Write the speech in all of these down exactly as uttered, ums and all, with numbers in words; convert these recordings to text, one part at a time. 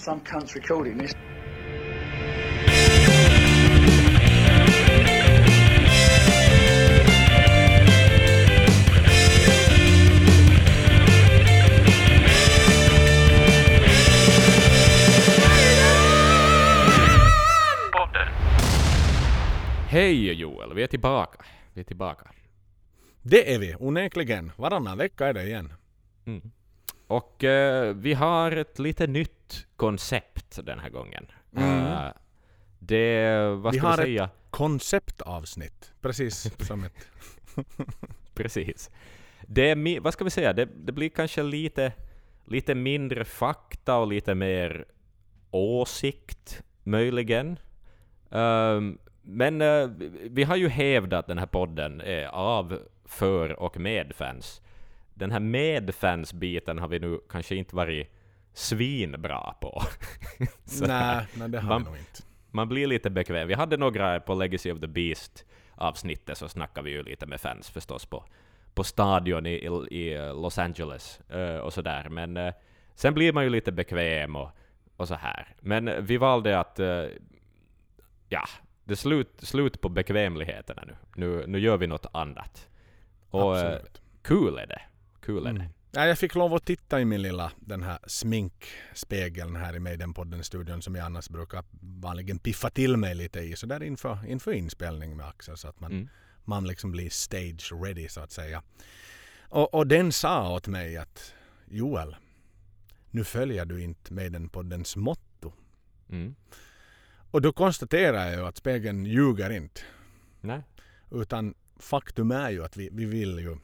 Some cunt's recording this. Hej Joel, vi är tillbaka. Vi är tillbaka. Det är vi, onekligen. Varannan vecka är det igen. Mm. Och uh, vi har ett lite nytt koncept den här gången. Mm. Uh, det, vad vi ska har vi säga? Ett konceptavsnitt, precis som ett... Precis. Det är, vad ska vi säga? Det, det blir kanske lite, lite mindre fakta och lite mer åsikt, möjligen. Um, Men uh, vi har ju hävdat att den här podden är av, för och med fans. Den här medfans-biten har vi nu kanske inte varit svinbra på. nej, nej, det har man, vi nog inte. Man blir lite bekväm. Vi hade några på Legacy of the Beast-avsnittet, så snackade vi ju lite med fans förstås på, på stadion i, i, i Los Angeles uh, och sådär. Men uh, sen blir man ju lite bekväm och, och så här. Men vi valde att... Uh, ja... Det är slut, slut på bekvämligheterna nu. nu. Nu gör vi något annat. Och eh, kul är det. Kul är mm. det. Ja, jag fick lov att titta i min lilla den här sminkspegeln här i Maidenpodden-studion som jag annars brukar vanligen piffa till mig lite i. Så där inför, inför inspelning med Axel så att man, mm. man liksom blir stage ready så att säga. Och, och den sa åt mig att Joel, nu följer du inte Maidenpoddens motto. Mm. Och då konstaterar jag ju att spegeln ljuger inte. Nej. Utan faktum är ju att vi, vi vill ju...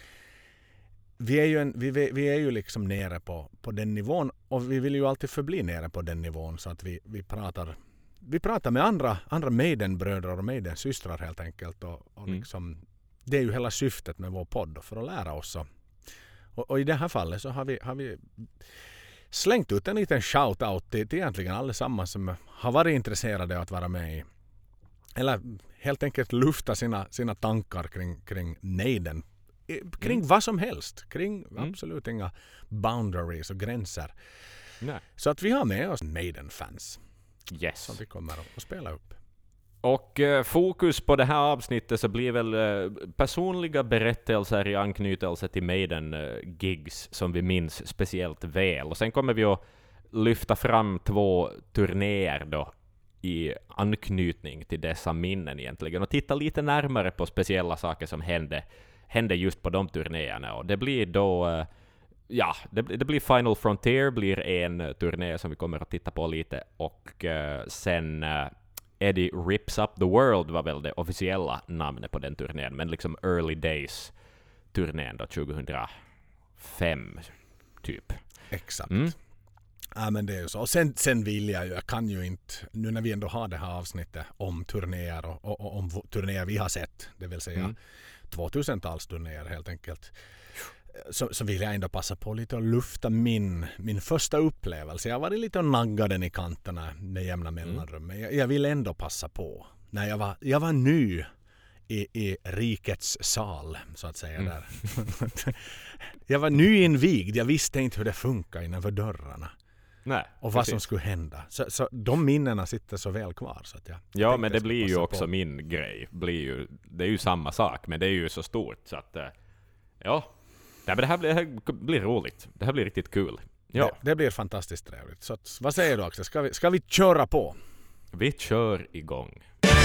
Vi är ju, en, vi, vi är ju liksom nere på, på den nivån. Och vi vill ju alltid förbli nere på den nivån. Så att vi, vi pratar... Vi pratar med andra, andra Maiden-bröder och Maiden-systrar helt enkelt. Och, och mm. liksom, det är ju hela syftet med vår podd. För att lära oss. Och, och, och i det här fallet så har vi... Har vi slängt ut en liten shout-out till, till egentligen allesammans som har varit intresserade av att vara med i. Eller helt enkelt lufta sina, sina tankar kring, kring Maiden. Kring mm. vad som helst. Kring mm. absolut inga boundaries och gränser. Nej. Så att vi har med oss Maiden-fans. Yes. Som vi kommer att spela upp. Och eh, fokus på det här avsnittet så blir väl eh, personliga berättelser i anknytelse till Maiden-gigs eh, som vi minns speciellt väl. Och sen kommer vi att lyfta fram två turnéer då i anknytning till dessa minnen egentligen. Och titta lite närmare på speciella saker som hände, hände just på de turnéerna. Och det blir då... Eh, ja, det, det blir Final Frontier blir en turné som vi kommer att titta på lite. Och eh, sen... Eh, Eddie Rips Up the World var väl det officiella namnet på den turnén, men liksom Early Days-turnén då tjugohundrafem typ. Exakt. Mm. Ja, men det är ju så. Och sen, sen vill jag ju, jag kan ju inte, nu när vi ändå har det här avsnittet om turnéer och, och, och om turnéer vi har sett, det vill säga mm. tvåtusentals turnéer helt enkelt. Så, så vill jag ändå passa på lite att lufta min, min första upplevelse. Jag var lite och naggade den i kanterna med jämna mellanrum. Mm. Men jag, jag vill ändå passa på. När jag var, jag var ny i, i rikets sal, så att säga. Mm. Där. Jag var nyinvigd. Jag visste inte hur det funkar innanför dörrarna. Nej, och vad precis. som skulle hända. Så, så de minnena sitter så väl kvar. Så att jag ja, men det blir ju också på. min grej. Blir ju, det är ju samma sak, men det är ju så stort. Så att, ja... Nej, men det här blir, det här blir roligt. Det här blir riktigt kul. Ja. Det, det blir fantastiskt trevligt. Så att, vad säger du Axel? Ska vi, ska vi köra på? Vi kör igång.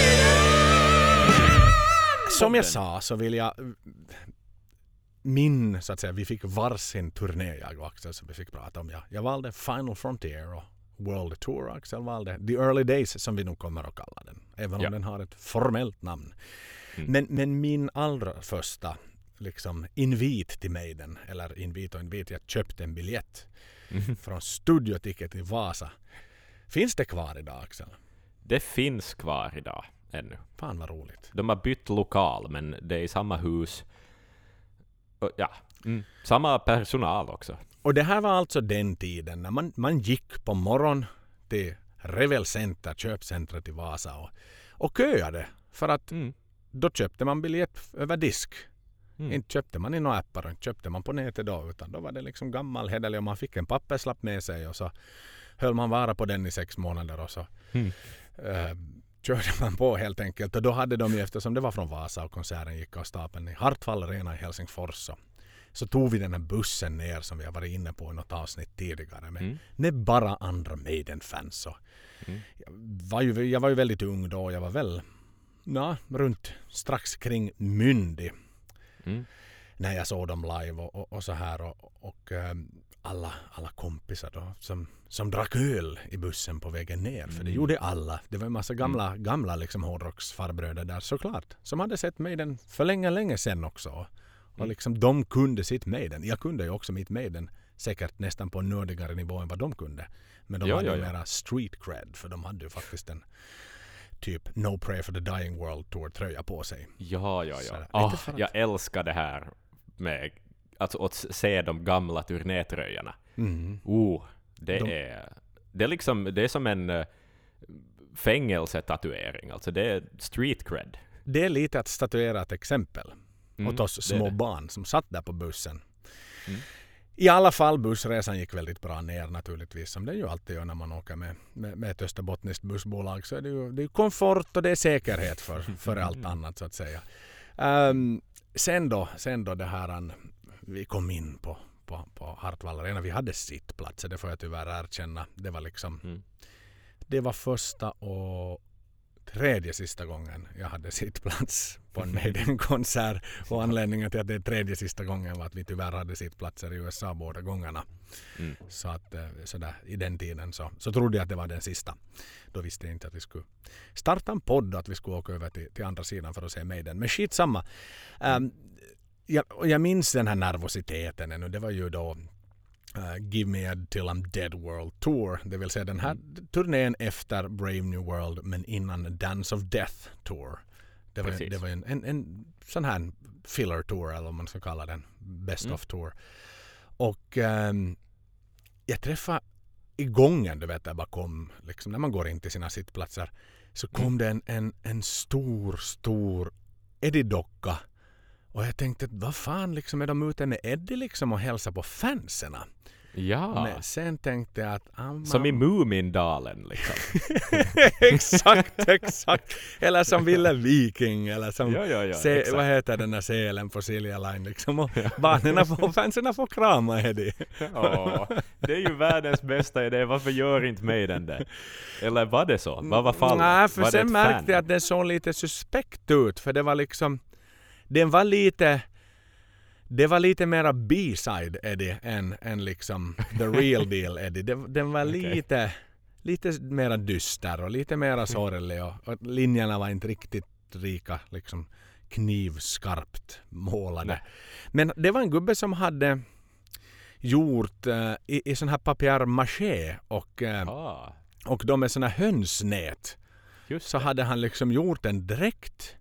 Som jag sa så vill jag... Min, så att säga, vi fick varsin turné jag och Axel som vi fick prata om. Jag, jag valde Final Frontier och World Tour. Axel valde The Early Days som vi nog kommer att kalla den. Även om ja. den har ett formellt namn. Mm. Men, men min allra första... liksom invit till Maiden, eller invit och invit, jag köpte en biljett mm. från Studioticket i Vasa. Finns det kvar idag, Axel? Det finns kvar idag ännu. Fan vad roligt. De har bytt lokal, men det är i samma hus. Och, ja, mm. samma personal också. Och det här var alltså den tiden när man, man gick på morgon till Revel Center, köpcentret i Vasa och, och köade för att mm. då köpte man biljett över disk. Mm. Inte köpte man i några appar och inte köpte man på nätet då, utan då var det liksom gammal hederlig och man fick en papperslapp med sig och så höll man vara på den i sex månader och så Mm. uh, körde man på helt enkelt. Och då hade de ju, eftersom det var från Vasa och konserten gick av stapeln i Hartwall Arena i Helsingfors, så, så tog vi den här bussen ner som vi har varit inne på i något avsnitt tidigare med, Mm. med bara andra Maiden-fans. Och Mm. jag, var ju, jag var ju väldigt ung då. Jag var väl na, runt strax kring myndig Mm. när jag såg dem live och, och, och så här. Och, och um, alla, alla kompisar då som, som drack öl i bussen på vägen ner. För det Mm. gjorde alla. Det var en massa gamla, mm. gamla liksom hårdrocksfarbröder där såklart. Som hade sett Maiden för länge, länge sedan också. Och Mm. liksom de kunde sitt Maiden. Jag kunde ju också mitt Maiden säkert nästan på en nördigare nivå än vad de kunde. Men de Ja, hade ja, ju ja. mera street cred. För de hade ju faktiskt en typ No Prayer for the Dying World Tour tröja på sig. Ja, ja, Så ja. där. Oh, Inte för att- jag älskar det här med alltså, att se de gamla turnétröjorna. Mm. Oh, det, De- är, det, är liksom, det är som en uh, fängelsetatuering. Alltså det är street cred. Det är lite att statuera ett exempel Mm, åt oss det är små det. barn som satt där på bussen. Mm. I alla fall, bussresan gick väldigt bra ner naturligtvis, som det ju alltid gör när man åker med, med, med ett österbottniskt bussbolag. Så är det ju det är komfort och det är säkerhet för, för allt annat så att säga. Um, sen, då, sen då det här, vi kom in på, på, på Hartwall Arena. Vi hade sittplatser, det får jag tyvärr erkänna. Det var liksom, Mm. det var första och tredje sista gången jag hade sittplats på en Maiden-konsert. Och anledningen till att det är tredje sista gången var att vi tyvärr hade sittplatser i U S A båda gångerna. Mm. Så att så där, i den tiden så, så trodde jag att det var den sista. Då visste jag inte att vi skulle starta en podd och att vi skulle åka över till, till andra sidan för att se Maiden. Men skitsamma. Um, jag, och jag minns den här nervositeten ännu. Det var ju då Uh, Give Me a Till I'm Dead World Tour. Det vill säga den här mm. turnén efter Brave New World men innan Dance of Death Tour. Det var, det var en, en, en sån här filler tour eller om man ska kalla den. Best mm. of tour. Och um, jag träffade i gången, du vet, där bakom, liksom, när man går in till sina sittplatser så kom mm. det en, en, en stor, stor Eddie-docka. Och jag tänkte, vad fan liksom är de ute med Eddie liksom och hälsa på fanserna? Ja. Men sen tänkte jag att... Ah, som i Mumindalen liksom. exakt, exakt. Eller som Ville Viking. Eller som, ja, ja, ja, se, vad heter den där selen på Silja Line liksom. Och barnen får, fanserna får krama Eddie. Ja, det är ju världens bästa idé. Varför gör inte Maiden det? Eller var det så? Vad var fallet? Nej, för var sen märkte jag att det såg lite suspekt ut. För det var liksom... Den var lite... Det var lite mera B-side Eddie än, än liksom the real deal Eddie. Det, den var okay. lite, lite mera dyster och lite mera sorglig. Och, och linjerna var inte riktigt rika liksom knivskarpt målade. Nej. Men det var en gubbe som hade gjort uh, i, i sån här papier-maché och, uh, ah. och de med såna hönsnät. Just så det. hade han liksom gjort en dräkt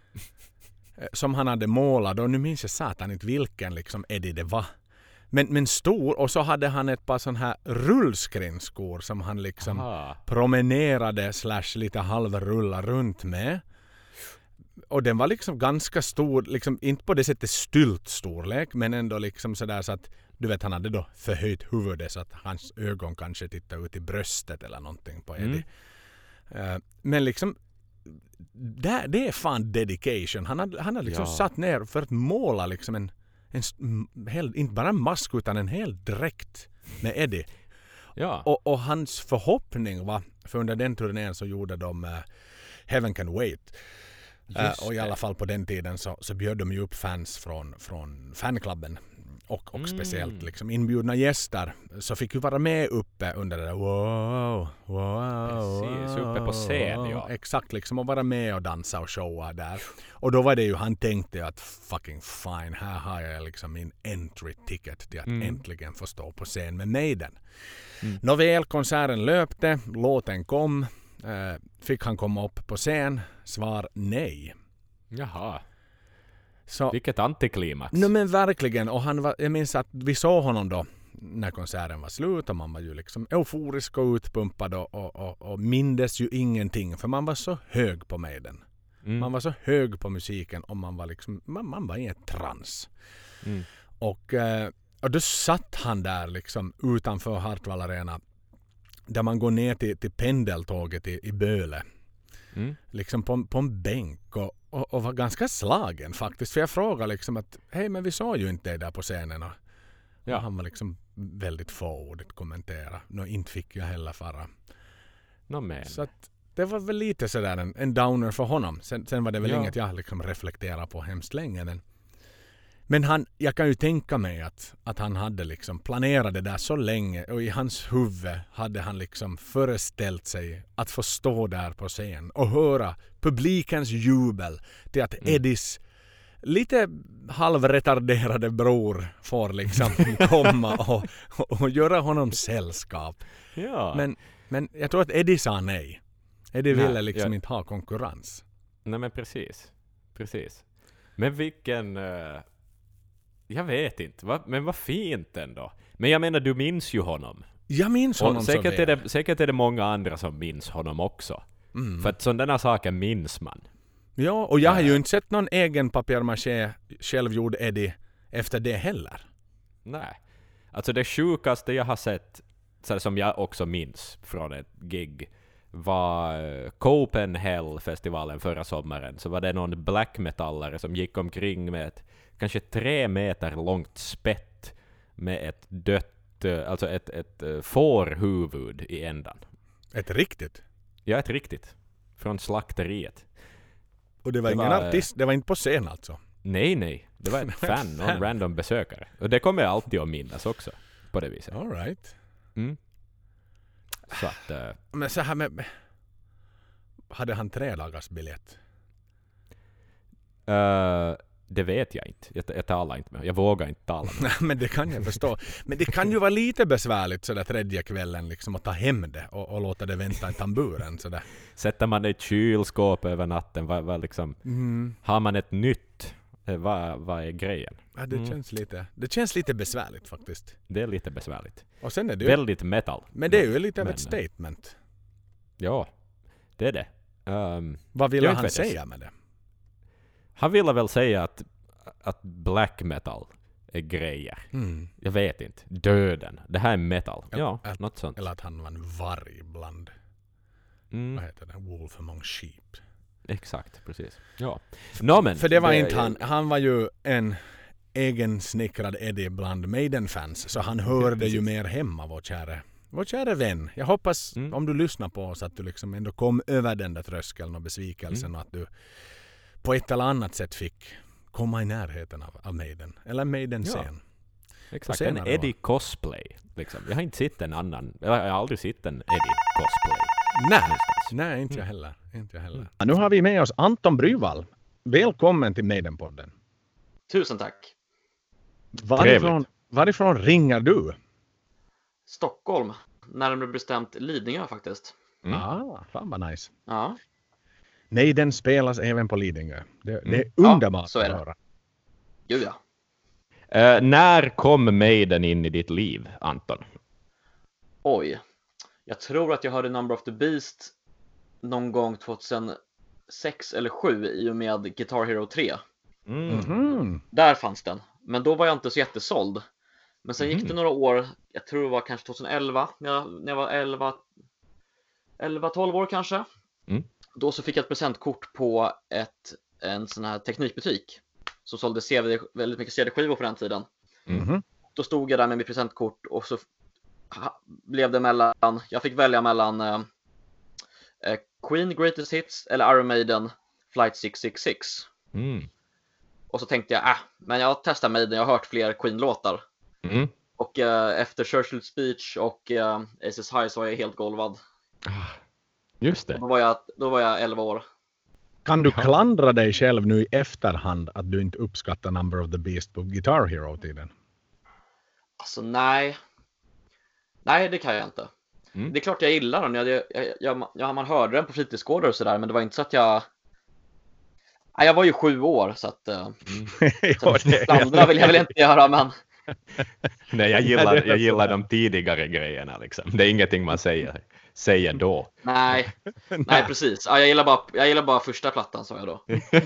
som han hade målat, och nu minns jag satan inte vilken liksom Eddie det var. Men, men stor, och så hade han ett par sån här rullskrinskor som han liksom Aha. promenerade slash lite halvrulla runt med. Och den var liksom ganska stor, liksom inte på det sättet stylt storlek, men ändå liksom sådär så att, du vet, han hade då förhöjt huvudet så att hans ögon kanske tittade ut i bröstet eller någonting på Eddie. Mm. Uh, men liksom Det, det är fan dedication. Han har, han har liksom ja. satt ner för att måla liksom en, en, en hel, inte bara en mask utan en hel dräkt med Eddie. Ja. Och, och hans förhoppning var, för under den turnén så gjorde de uh, Heaven Can Wait. Uh, och i alla fall på den tiden så, så bjöd de ju upp fans från, från fanklubben. Och, och mm. speciellt liksom inbjudna gäster så fick ju vara med uppe under det där wow, wow, precis, uppe på scen, ja. Exakt, liksom och vara med och dansa och showa där. Och då var det ju, han tänkte att fucking fine, här har jag liksom min entry ticket till att mm. äntligen få stå på scen med Maiden. Mm. Nåväl, konserten löpte, låten kom, eh, fick han komma upp på scen? Svar nej. Jaha. Så, vilket antiklimax. No, men verkligen. Och han var, jag minns att vi såg honom då när konserten var slut och man var ju liksom euforisk och utpumpad och, och, och, och mindes ju ingenting för man var så hög på Maiden. Mm. Man var så hög på musiken och man var liksom man, man var i ett trans. Mm. Och, och då satt han där liksom utanför Hartwall Arena där man går ner till, till pendeltåget i, i Böle. Mm. Liksom på, på en bänk och, och, och var ganska slagen faktiskt. För jag frågade liksom att hej, men vi såg ju inte dig där på scenen. Och, Ja. och han var liksom väldigt fåordigt kommentera. Nå, inte fick jag heller fara. No, men. Så att det var väl lite sådär en, en downer för honom. Sen, sen var det väl Ja. inget jag liksom reflekterar på hemskt länge. Men, men han, jag kan ju tänka mig att, att han hade liksom planerat det där så länge. Och i hans huvud hade han liksom föreställt sig att få stå där på scen. Och höra publikens jubel till att Mm. Eddies lite halvretarderade bror får liksom komma och, och, och göra honom sällskap. Ja. Men, men jag tror att Eddie sa nej. Eddie Nej, ville liksom jag- inte ha konkurrens. Nej, men precis. Precis. Men vilken... eh, jag vet inte. Va? Men vad fint ändå. Men jag menar, du minns ju honom. Jag minns honom Och så säkert, är väl. det, säkert är det många andra som minns honom också. Mm. För att sådana saker minns man. Ja, och jag har ju Äh. inte sett någon egen papier-maché självgjord Eddie efter det heller. Nej. Alltså det sjukaste jag har sett, så som jag också minns från ett gig, var eh, Copenhagen-festivalen förra sommaren. Så var det någon black metallare som gick omkring med ett kanske tre meter långt spett med ett dött, eh, alltså ett, ett eh, fårhuvud i ändan. Ett riktigt. Ja, ett riktigt. Från slakteriet. Och det var Det ingen var- artist, det var inte på scen alltså. Nej, nej. Det var ett fan, någon random besökare. Och det kommer jag alltid att minnas också. På det viset. All right. Mm. Så att... eh, Men så här med... Hade han tre dagars biljett? eh, det vet jag inte. Jag, jag talar inte med. Jag vågar inte tala med. Nej, men det kan jag förstå. Men det kan ju vara lite besvärligt sådär tredje kvällen liksom att ta hem det och, och låta det vänta i tamburen sådär. Sätter man det i kylskåp över natten? Vad, vad liksom, Mm. har man ett nytt? Eh, Vad, vad är grejen? Ja, det, Mm. känns lite, det känns lite besvärligt faktiskt. Det är lite besvärligt. Och sen är det ju, Väldigt metal. men det är ju lite av Men, ett statement. Ja, det är det. Um, Vad ville jag han vet inte. säga med det? han ville väl säga att, att black metal är grejer. Mm. Jag vet inte. Döden. Det här är metal. Ja, Ja, att- något sånt. Eller att han var en varg bland, Mm, vad heter det, wolf among sheep. exakt, precis. Ja. No, men, För det var inte han. Han var ju en egensnickrad Eddie bland Maiden-fans. Så han hörde Precis. ju mer hemma, vår käre, vår käre vän. Jag hoppas, Mm. om du lyssnar på oss, att du liksom ändå kom över den där tröskeln och besvikelsen. Mm. Och att du på ett eller annat sätt fick komma i närheten av, av Maiden. Eller Maiden-scen. Exakt, på en senare Eddie cosplay. Liksom. Jag har inte sett en annan. Jag har aldrig sett en Eddie cosplay. Nej, någonstans. nej, inte Mm. jag heller. Inte jag heller. Mm. Nu har vi med oss Anton Bryvall. Välkommen till Maiden-podden. Tusen tack. Varifrån, varifrån ringer du? Stockholm. Närmare bestämt Lidingö faktiskt. Mm. Ah, fan vad nice. Ja, Maiden spelas även på Lidingö. Det, det är Ja, underbart så är att det. höra. gud ja. Eh, när kom Maiden in i ditt liv, Anton? Oj. Jag tror att jag hörde Number of the Beast någon gång tjugohundrasex eller sju i och med Guitar Hero tre. Mm. Mhm. Där fanns den. Men då var jag inte så jättesåld. Men sen gick det Mhm. några år, jag tror det var kanske tjugoelva, när jag, när jag var elva, elva tolv år kanske. Mm. Då så fick jag ett presentkort på ett, en sån här teknikbutik som sålde C D, väldigt mycket C D-skivor på den tiden. Mhm. Då stod jag där med mitt presentkort och så ha, blev det mellan, jag fick välja mellan eh, eh, Queen Greatest Hits eller Iron Maiden Flight sex sex sex. Mm. Och så tänkte jag, äh, men jag testar Maiden, jag har hört fler Queen-låtar. Mm. Och eh, efter Churchill Speech och eh, Aces High så var jag helt golvad. Ah, just det. Då var jag, då var jag elva år. Kan du Ja. klandra dig själv nu i efterhand att du inte uppskattar Number of the Beast på Guitar Hero-tiden? Alltså nej. Nej, det kan jag inte. Mm. Det är klart jag gillar den. Jag, jag, jag, jag, man hörde den på fritidsgårdar och sådär, men det var inte så att jag... Nej, jag var ju sju år, så att... Uh, Ja, det- andra vill jag väl inte göra, men... Nej, jag gillar, jag gillar de tidigare grejerna. Liksom. Det är ingenting man säger, säger då. Nej, nej precis. Ja, jag, gillar bara, jag gillar bara första plattan, sa jag då.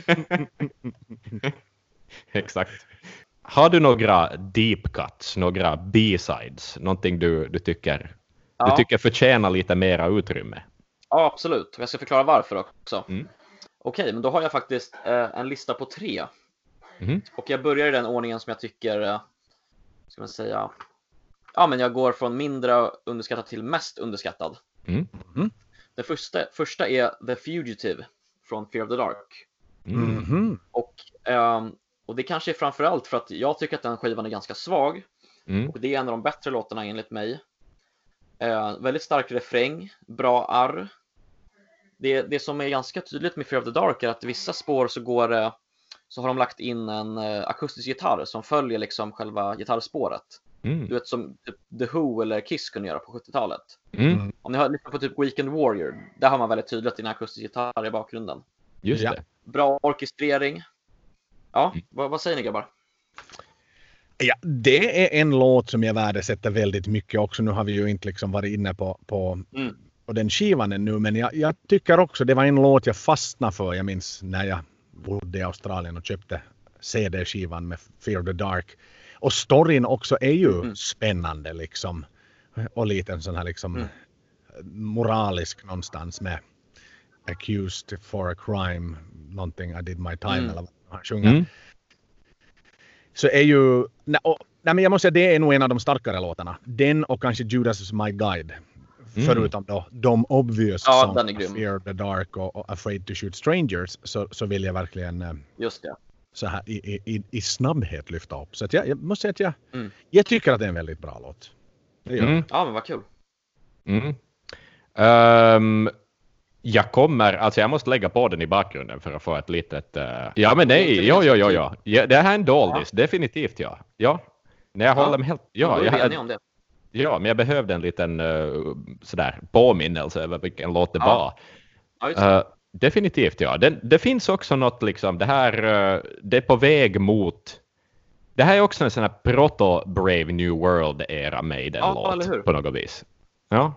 Exakt. Har du några deep cuts, några B-sides? Någonting du, du tycker ja. du tycker förtjänar lite mera utrymme. Ja, absolut. Jag ska förklara varför också. Mm. Okej, men då har jag faktiskt eh, en lista på tre. Mm. Och jag börjar i den ordningen som jag tycker, eh, ska man säga, ja men jag går från mindre underskattad till mest underskattad. Mm. Mm. Den första, första är The Fugitive från Fear of the Dark. Mm. Mm. Och, eh, och det kanske är framförallt för att jag tycker att den skivan är ganska svag. Mm. Och det är en av de bättre låtarna enligt mig. Eh, väldigt stark refräng, bra arr. Det, det som är ganska tydligt med Fear of the Dark är att vissa spår så går eh, så har de lagt in en eh, akustisk gitarr som följer liksom själva gitarrspåret. Mm. Du vet, som typ The Who eller Kiss kunde göra på sjuttiotalet. Mm. Om ni har lyssnat på typ Weekend Warrior, där har man väldigt tydligt en akustisk gitarr i bakgrunden. Just Ja. det. Bra orkestrering. Ja, vad, vad säger ni grabbar? Ja, det är en låt som jag värdesätter väldigt mycket också. Nu har vi ju inte liksom varit inne på, på, Mm. på den skivan ännu, men jag, jag tycker också det var en låt jag fastnade för. Jag minns när jag bodde i Australien och köpte C D-skivan med Fear of the Dark. Och storyn också är ju Mm. spännande liksom. Och lite en sån här liksom Mm. moralisk någonstans med accused for a crime, någonting I did my time Mm. eller vad han sjunger. Mm. Så är ju, nej, och, nej men jag måste säga det är nog en av de starkare låtarna. Den och kanske Judas is my guide. Mm. Förutom då de obvious Ja, songs den är grym. Fear of the Dark och, och Afraid to shoot strangers, så, så vill jag verkligen eh, Just det. så här i, i, i snabbhet lyfta upp. Så att jag, jag måste säga att jag, Mm. jag tycker att det är en väldigt bra låt. Det gör jag. Mm. Ja, men vad kul. Mm. Um, jag kommer, alltså jag måste lägga på den i bakgrunden för att få ett litet... Uh... Ja, men nej, jo, jo, jo, jo. Ja, det här är en doldis, ja. Definitivt, ja. Ja, när jag Ja. håller med helt... Ja, Ja, då är vi jag, eniga om det. ja, men jag behövde en liten uh, sådär påminnelse över vilken låt det Ja. var. Ja, just det. Uh, definitivt, ja. Det, det finns också något liksom, det här, uh, det är på väg mot... Det här är också en sån här proto-Brave New World-era Maiden-låt, Ja, eller hur? på något vis. Ja.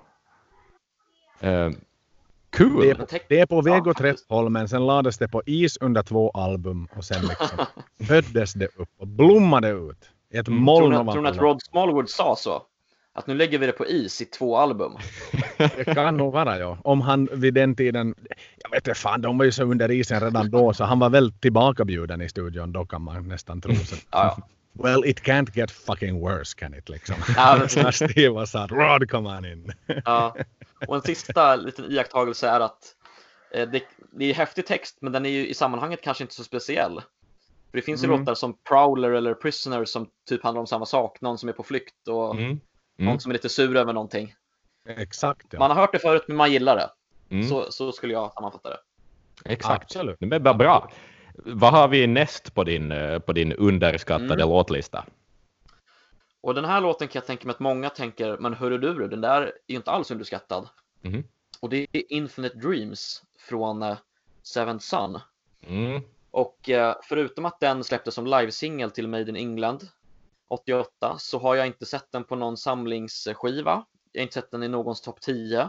Uh, Cool. Det, är på, det är på väg Ja, åt rätt håll, men sen lades det på is under två album och sen liksom föddes det upp och blommade ut. I ett Mm. moln Tror ni, av tror ni att alla. Rod Smallwood sa så? Att nu lägger vi det på is i två album. Det kan nog vara, ja. Om han vid den tiden, jag vet inte fan, de var ju så under isen redan då, så han var väl tillbakabjuden i studion, då kan man nästan tro. Så. Ja, ja. Well, it can't get fucking worse, can it liksom. Ja, men- När Steve var såhär, Rod, come on in. Ja. Och en sista liten iakttagelse är att eh, det, det är häftig text, men den är ju i sammanhanget kanske inte så speciell. För det finns ju Mm. låtar som Prowler eller Prisoner som typ handlar om samma sak. Någon som är på flykt och Mm. Mm. någon som är lite sur över någonting. Exakt, ja. Man har hört det förut, men man gillar det. Mm. Så, så skulle jag sammanfatta det. Exakt. Absolut. Det är bara bra. Vad har vi näst på din, eh, på din underskattade Mm. låtlista? Och den här låten kan jag tänka mig att många tänker, men hörru du, den där är ju inte alls underskattad. Mm. Och det är Infinite Dreams från eh, Seventh Son. Mm. Och eh, förutom att den släpptes som livesingel till Made in England åttioåtta, så har jag inte sett den på någon samlingsskiva. Jag har inte sett den i någons topp tio.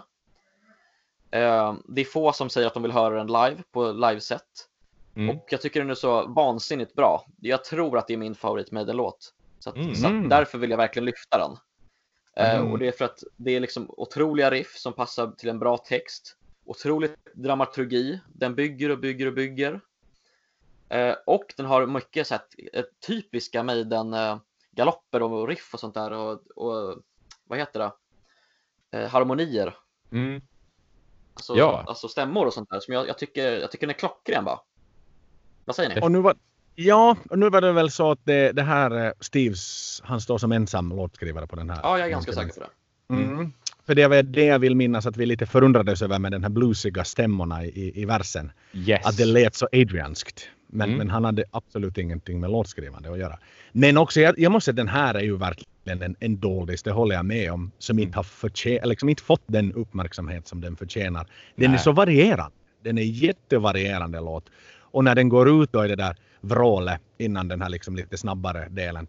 Eh, det är få som säger att de vill höra den live på liveset. Mm. Och jag tycker den är så vansinnigt bra. Jag tror att det är min favorit Maiden-låt. Så, att, Mm. så att därför vill jag verkligen lyfta den. Eh, Mm. och det är för att det är liksom otroliga riff som passar till en bra text. Otroligt dramaturgi. Den bygger och bygger och bygger. Eh, och den har mycket så här, eh, typiska Maiden eh, galopper och riff och sånt där. Och, och vad heter det? Eh, harmonier. Mm. Alltså, Ja. alltså stämmor och sånt där. Som jag, jag, tycker, jag tycker den är klockren bara. Vad säger ni? Och nu var, ja, och nu var det väl så att det, det här eh, Steves, han står som ensam låtskrivare på den här. Ja, jag är ganska säker på det. Mm. För det var det jag vill minnas att vi lite förundrades över med den här bluesiga stämmorna i, i, i versen. Yes. Att det lät så Adrianskt. Men, Mm. men han hade absolut ingenting med låtskrivande att göra. Men också, jag, jag måste säga att den här är ju verkligen en, en doldis, det håller jag med om. Som inte har förtjän- liksom inte fått den uppmärksamhet som den förtjänar. Den Nej. är så varierande. Den är jättevarierande låt. Och när den går ut då i det där vrålet innan den här liksom lite snabbare delen.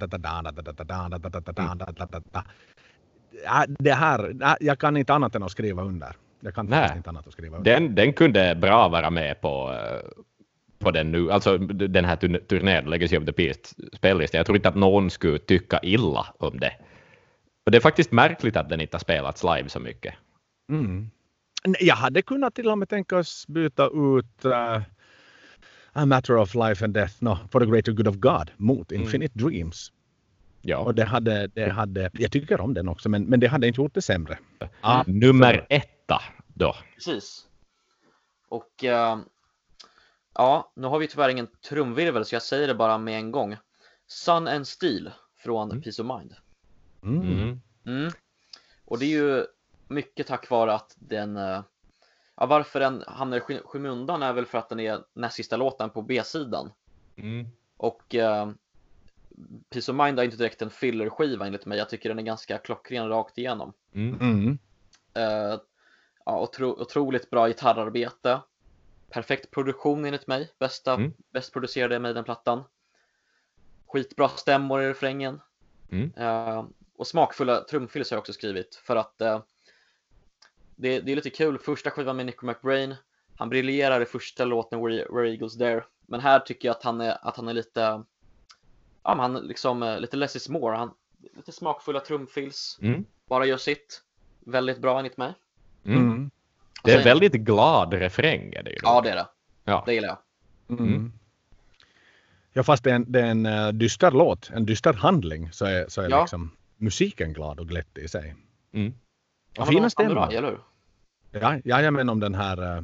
Ja, det här, jag kan inte annat än att skriva under. Jag kan Nej. faktiskt inte annat att skriva under. Den, den kunde bra vara med på, eh, på den nu. Alltså den här turn- turnén, Legacy of the Beast spellista. Jag tror inte att någon skulle tycka illa om det. Och det är faktiskt märkligt att den inte har spelats live så mycket. Mm. Jag hade kunnat till och med tänka oss byta ut uh, A Matter of Life and Death no, for the Greater Good of God mot Infinite mm. Dreams. Ja. Och det hade, det hade, jag tycker om den också, men, men det hade inte gjort det sämre. Ah, nummer etta då. Precis. Och uh, ja, nu har vi tyvärr ingen trumvirvel, så jag säger det bara med en gång. Sun and Steel från mm. Peace of Mind. Mm. Mm. Mm. Och det är ju mycket tack vare att den, uh, ja, varför den hamnar i sky- skymundan är väl för att den är näst sista låten på B-sidan. Mm. Och uh, Peace of Mind är inte direkt en filler-skiva enligt mig. Jag tycker den är ganska klockren rakt igenom. Mm. Mm. Uh, ja, otro- otroligt bra gitarrarbete. Perfekt produktion enligt mig. Bästa, mm. bäst producerade Maiden-plattan. Skitbra stämmor i refrängen. Mm. Uh, och smakfulla trumfills har jag också skrivit. För att uh, det, det är lite kul. Första skivan med Nico McBrain. Han briljerar i första låten Where, Where Eagles Dare. Men här tycker jag att han är, att han är lite... Ja, men han liksom uh, lite less is more. Han, lite smakfulla trumfills. Mm. Bara gör sitt. Väldigt bra enligt mig. Mm. Mm. Det är sen, en väldigt glad refräng är det ju. Då. Ja, det är det. Ja. Det gillar jag. Mm. Ja, fast det är en, det är en uh, dyster låt, en dyster handling, så är, så är Ja. liksom musiken glad och glättig i sig. Mm. Ja, Fina men stämmor. bra, eller hur? Ja, ja, jag menar om den här uh,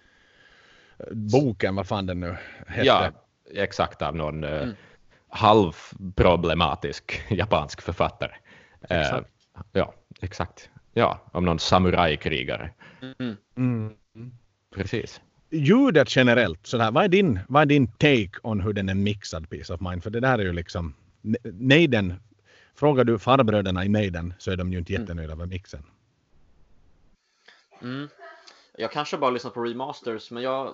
boken, vad fan den nu hette. Ja, exakt, av någon uh, Mm. halvproblematisk japansk författare. Exakt. Uh, ja, exakt. Ja, om någon samurajkrigare. Mm. Mm. Precis. Ljudet generellt, så här, vad är din, vad är din take on hur den är mixad, Peace of Mind? För det där är ju liksom, Maiden, frågar du farbröderna i Maiden så är de ju inte jättenöjda över mixen. Mm. Jag kanske bara lyssnar på remasters, men jag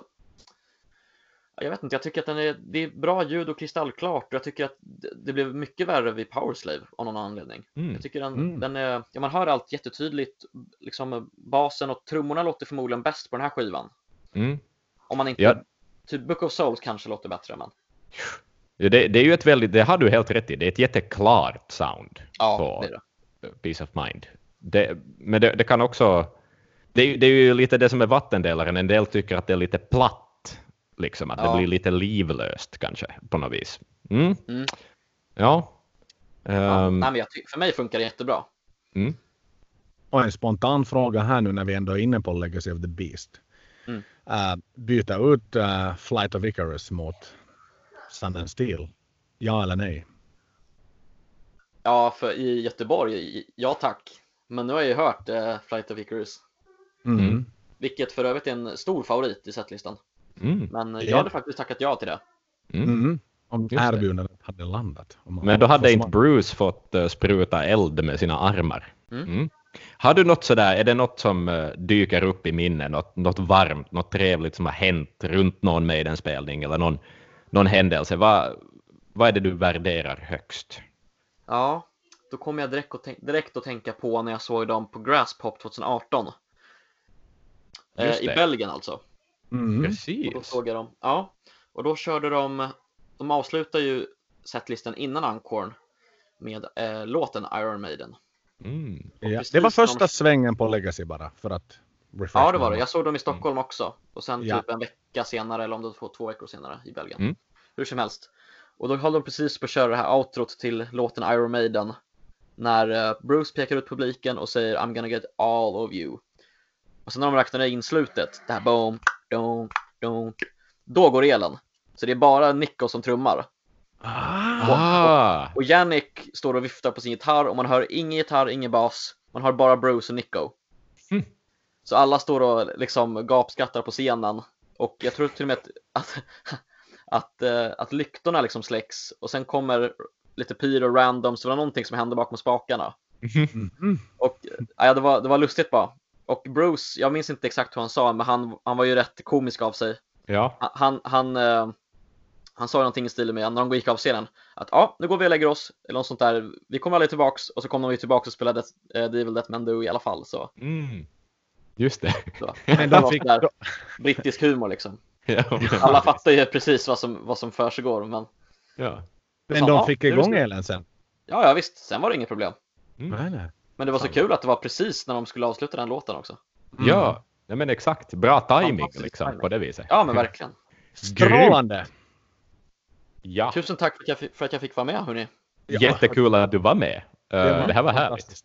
jag vet inte, jag tycker att den är, det är bra ljud och kristallklart, och jag tycker att det, det blev mycket värre vid Powerslave av någon anledning. Mm. Jag tycker den, Mm. den är, ja, man hör allt jättetydligt, liksom basen och trummorna låter förmodligen bäst på den här skivan. Mm. Om man inte, Ja. typ Book of Souls kanske låter bättre, men Ja, det, det är ju ett väldigt, det har du helt rätt i, det är ett jätteklart sound ja, på det är det. Peace of Mind. Det, men det, det kan också, det, är- det är ju lite det som är vattendelaren, en del tycker att det är lite platt, liksom, att Ja. det blir lite livlöst kanske på något vis. Mm. Mm. Ja. Ja, Ehm, nej, men jag ty- för mig funkar det jättebra. mm. Och en spontan fråga här nu när vi ändå är inne på Legacy of the Beast. Mm. Uh, byta ut uh, Flight of Icarus mot Sun and Steel. Ja eller nej? Ja, för i Göteborg, i- ja tack. Men nu har jag ju hört eh, Flight of Icarus, Mm. Mm. vilket för övrigt är en stor favorit i setlistan. Mm. Men Ja. jag hade faktiskt tackat ja till det. Mm. Mm. Om Just det. erbjudandet hade landat. Om man Men då hade får inte smaka. Bruce fått uh, spruta eld med sina armar. Mm. Mm. Har du något sådär, är det något som uh, dyker upp i minne, något, något varmt, något trevligt som har hänt runt någon Maiden-spelning eller någon, någon händelse? Vad, vad är det du värderar högst? Ja, då kommer jag direkt att, tänk- direkt att tänka på när jag såg dem på Grasspop tjugoarton. Eh, Just I det. Belgien alltså. Mm. Och då Precis. såg jag dem. Ja, och då körde de, de avslutar ju setlistan innan Ankorn med eh, låten Iron Maiden. Mm. Ja. precis Det var när första de- svängen på Legacy bara för att refresh Ja, det var det. mig. Jag såg dem i Stockholm också. Och sen Ja. typ en vecka senare, eller om det var två veckor senare i Belgien. Mm. Hur som helst. Och då höll de precis på att köra det här outrot till låten Iron Maiden. När eh, Bruce pekar ut publiken och säger I'm gonna get all of you. Och sen när de räknar in slutet, det här boom, dong, dong, då går elen. Så det är bara Nico som trummar. Ah. Ah. Och Yannick står och viftar på sin gitarr och man hör ingen gitarr, ingen bas. Man hör bara Bruce och Nico. Mm. Så alla står och liksom gapskrattar på scenen. Och jag tror till och med att, att, att, eh, att lyktorna liksom släcks. Och sen kommer lite pyro random, så det var någonting som hände bakom spakarna. Mm. Och ja, det, var, det var lustigt bara. Och Bruce, jag minns inte exakt hur han sa, men han, han var ju rätt komisk av sig. Ja. Han, han, han, eh, han sa någonting i stil med när de gick av scenen att ja, nu går vi och lägger oss, eller något sånt där. Vi kommer aldrig tillbaks, och så kom de ju tillbaks och spelade eh, The Evil Dead Men Do i alla fall. Så, Mm. Just det. så. Men Det de var fick, sådär de, brittisk humor liksom. Ja, men- Alla fattar ju precis vad som, vad som försiggår, men ja. men Fan, de ja, fick nu är det igång slut. elen sen. ja, ja visst, sen var det inget problem. Mm. Nej, nej. Men det var så kul att det var precis när de skulle avsluta den låten också. Mm. Ja, nej, men exakt. Bra timing Fantastisk liksom timing. på det viset. Ja, men verkligen. Strålande! Ja, Tusen tack för att jag fick, för att jag fick vara med, hörni. Ja. jättekul att du var med. Uh, var det här var härligt.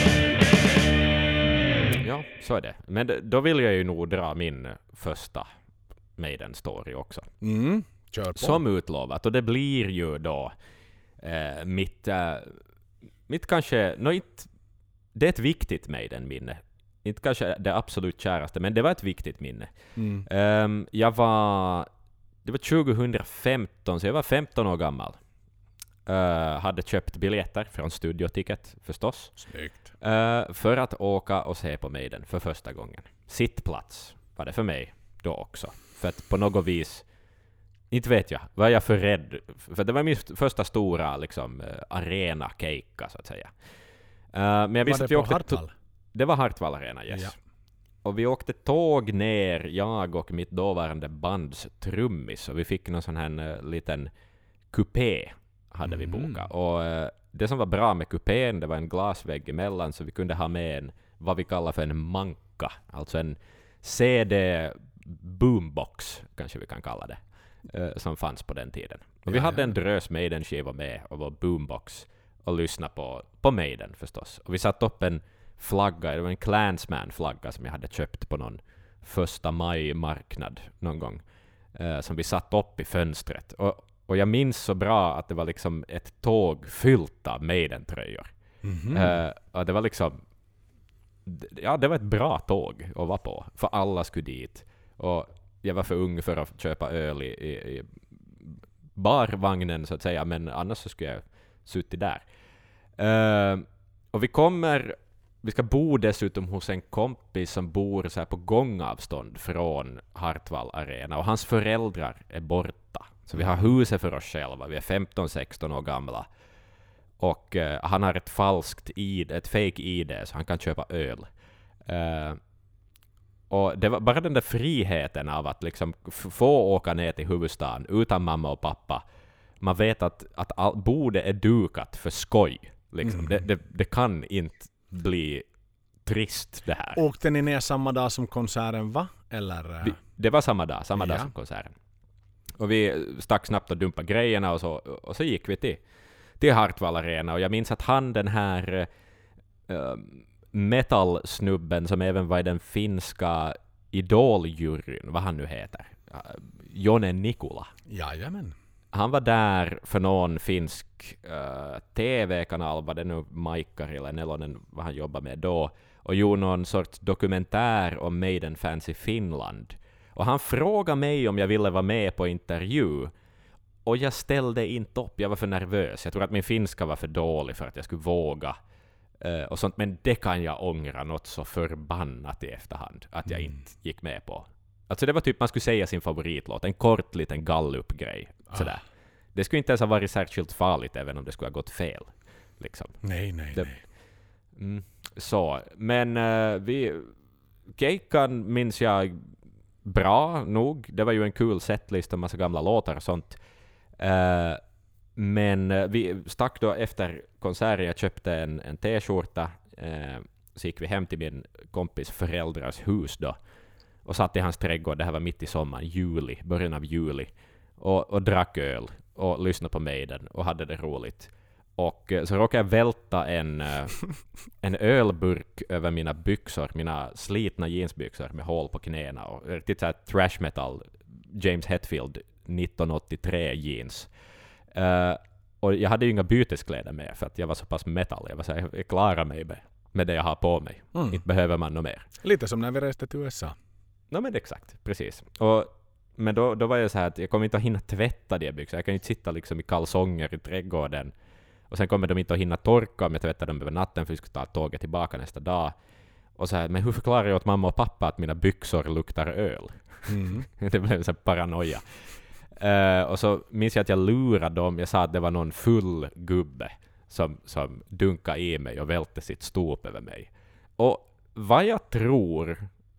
fantastiskt. Ja, så är det. Men d- då vill jag ju nog dra min första Maiden-story också. Mm, kör på. Som utlovat. Och det blir ju då eh, mitt, eh, mitt kanske, no, inte, det är ett viktigt Maiden-minne. Inte kanske det absolut käraste, men det var ett viktigt minne. Mm. Um, jag var, det var tjugohundrafemton, så jag var femton år gammal. Uh, hade köpt biljetter från Studioticket förstås. Snyggt. Uh, för att åka och se på Maiden för första gången. Sittplats var det för mig då också. För att på något vis, inte vet jag, var jag för rädd. För det var min första stora liksom, uh, arena-keikka så att säga. Uh, men jag visste Var att det vi på åkte Hartwall? Det var Hartwall Arena, yes. Ja. Och vi åkte tåg ner, jag och mitt dåvarande bands trummis. Och vi fick någon sån här uh, liten kupé hade vi Mm. bokat. Och uh, det som var bra med kupén, det var en glasvägg emellan, så vi kunde ha med en, vad vi kallar för en manka. Alltså en C D-boombox, kanske vi kan kalla det, uh, som fanns på den tiden. Och vi Ja, hade ja. en drös Maiden-skiva med och vår boombox och lyssnade på, på Maiden förstås. Och vi satte upp en flagga, det var en Clansman-flagga som jag hade köpt på någon första maj-marknad någon gång, eh, som vi satt upp i fönstret. Och, och jag minns så bra att det var liksom ett tåg fyllt av Maiden-tröjor. Mhm. Eh, och det var liksom, ja, det var ett bra tåg att vara på, för alla skulle dit. Och jag var för ung för att köpa öl i, i, i barvagnen så att säga, men annars så skulle jag suttit där. Eh, och vi kommer Vi ska bo dessutom hos en kompis som bor så här på gångavstånd från Hartwall Arena. Och hans föräldrar är borta. Så vi har huset för oss själva. Vi är femton sexton år gamla. Och uh, han har ett falskt I D, ett fake I D, så han kan köpa öl. Uh, och det var bara den där friheten av att liksom f- få åka ner till huvudstaden utan mamma och pappa. Man vet att, att all, bordet är dukat för skoj. Liksom. Mm. Det, det, det kan inte bli trist det här. Åkte ni ner samma dag som konserten var? Eller? Vi, det var samma dag, samma Ja. dag som konserten. Och vi stack snabbt och dumpade grejerna och så, och så gick vi till, till Hartwall Arena. Och jag minns att han, den här uh, metal-snubben som även var i den finska Idol-juryn, vad han nu heter, uh, Jone Nikula. Jajamän. Han var där för någon finsk uh, T V-kanal, vad det nu Maikkari eller Nelonen, vad han jobbade med då, och gjorde någon sorts dokumentär om Maiden-fans i Finland. Och han frågade mig om jag ville vara med på intervju, och jag ställde inte upp, jag var för nervös. Jag tror att min finska var för dålig för att jag skulle våga uh, och sånt, men det kan jag ångra något så förbannat i efterhand, att jag Mm. inte gick med på. Alltså det var typ man skulle säga sin favoritlåt, en kort liten gallup-grej. Sådär. Ah. Det skulle inte ens ha varit särskilt farligt även om det skulle ha gått fel. Liksom. Nej, nej, Det- nej. Mm. Så, men uh, vi... Keikan minns jag bra nog. Det var ju en kul setlist och massa gamla låtar och sånt. Uh, men uh, vi stack då efter konserten. Jag köpte en, en t-skjorta. Uh, så gick vi hem till min kompis föräldrars hus då. Och satt i hans trädgård. Det här var mitt i sommaren, juli, början av juli. Och, och drack öl och lyssnade på Maiden och hade det roligt. Och eh, så råkade jag välta en, eh, en ölburk över mina byxor, mina slitna jeansbyxor med hål på knäna och riktigt så här thrash metal, James Hetfield nittonhundraåttiotre jeans. Uh, och jag hade ju inga byteskläder med för att jag var så pass metal. Jag var så här, jag klarar mig med, med det jag har på mig. Mm. Inte behöver man något mer. Lite som när vi reste till U S A. No, men exakt, precis. Och, men då, då var jag så här att jag kommer inte att hinna tvätta de byxorna. Jag kan ju inte sitta liksom i kalsonger i trädgården. Och sen kommer de inte att hinna torka om jag tvättar dem över natten för vi ska ta tåget tillbaka nästa dag. Och så här, men hur förklarar jag åt mamma och pappa att mina byxor luktar öl? Mm. Det blev så här paranoia. Uh, och så minns jag att jag lurade dem. Jag sa att det var någon full gubbe som, som dunkade i mig och välte sitt stop över mig. Och vad jag tror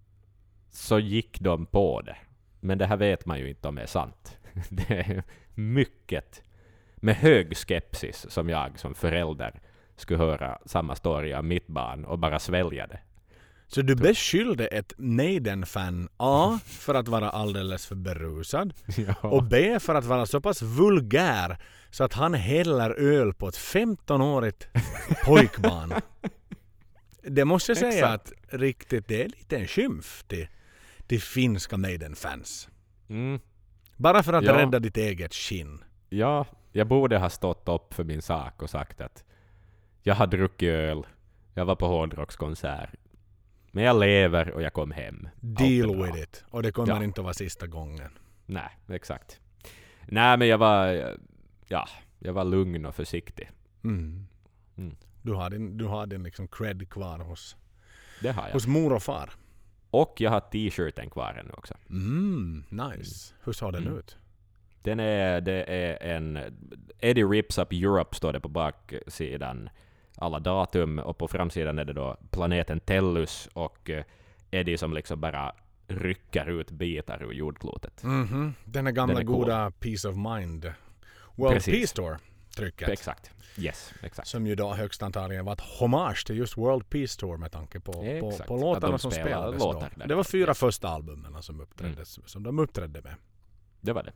så gick de på det. Men det här vet man ju inte om är sant. Det är mycket med hög skepsis som jag som förälder skulle höra samma story av mitt barn och bara svälja det. Så du beskyllde ett Maiden-fan A för att vara alldeles för berusad Ja. och B för att vara så pass vulgär så att han häller öl på ett femton-årigt pojkbarn. Det måste jag säga Exakt. att riktigt, det är lite en skymf till, till finska Maiden-fans. Mm. Bara för att Ja. rädda ditt eget skinn. Ja, jag borde ha stått upp för min sak och sagt att jag har druckit öl, jag var på hårdrockskonsert, men jag lever och jag kom hem. Allt är Deal bra. with it. Och det kommer Ja. inte att vara sista gången. Nej, exakt. Nej, men jag var, ja, jag var lugn och försiktig. Mm. Mm. Du har din, du har din liksom cred kvar hos, Det har jag. hos mor och far. Och jag har t-shirten kvar ännu också. Mm, nice. Hur såg den Mm. ut? Den är, det är en Eddie Rips Up Europe står det på baksidan. Alla datum, och på framsidan är det då planeten Tellus och eh, Eddie som liksom bara rycker ut bitar ur jordklotet. Mhm. Den är gamla Den är cool. goda Peace of Mind World Precis. Peace Tour-trycket. Exakt. Yes, exakt. Som ju då högst antagligen var ett hommage till just World Peace Tour med tanke på, på, Exakt. på Att låtarna de som spelar spelades låtar då. där. Det var fyra Yes. första albumen som, uppträddes, som de uppträdde med. Det var det.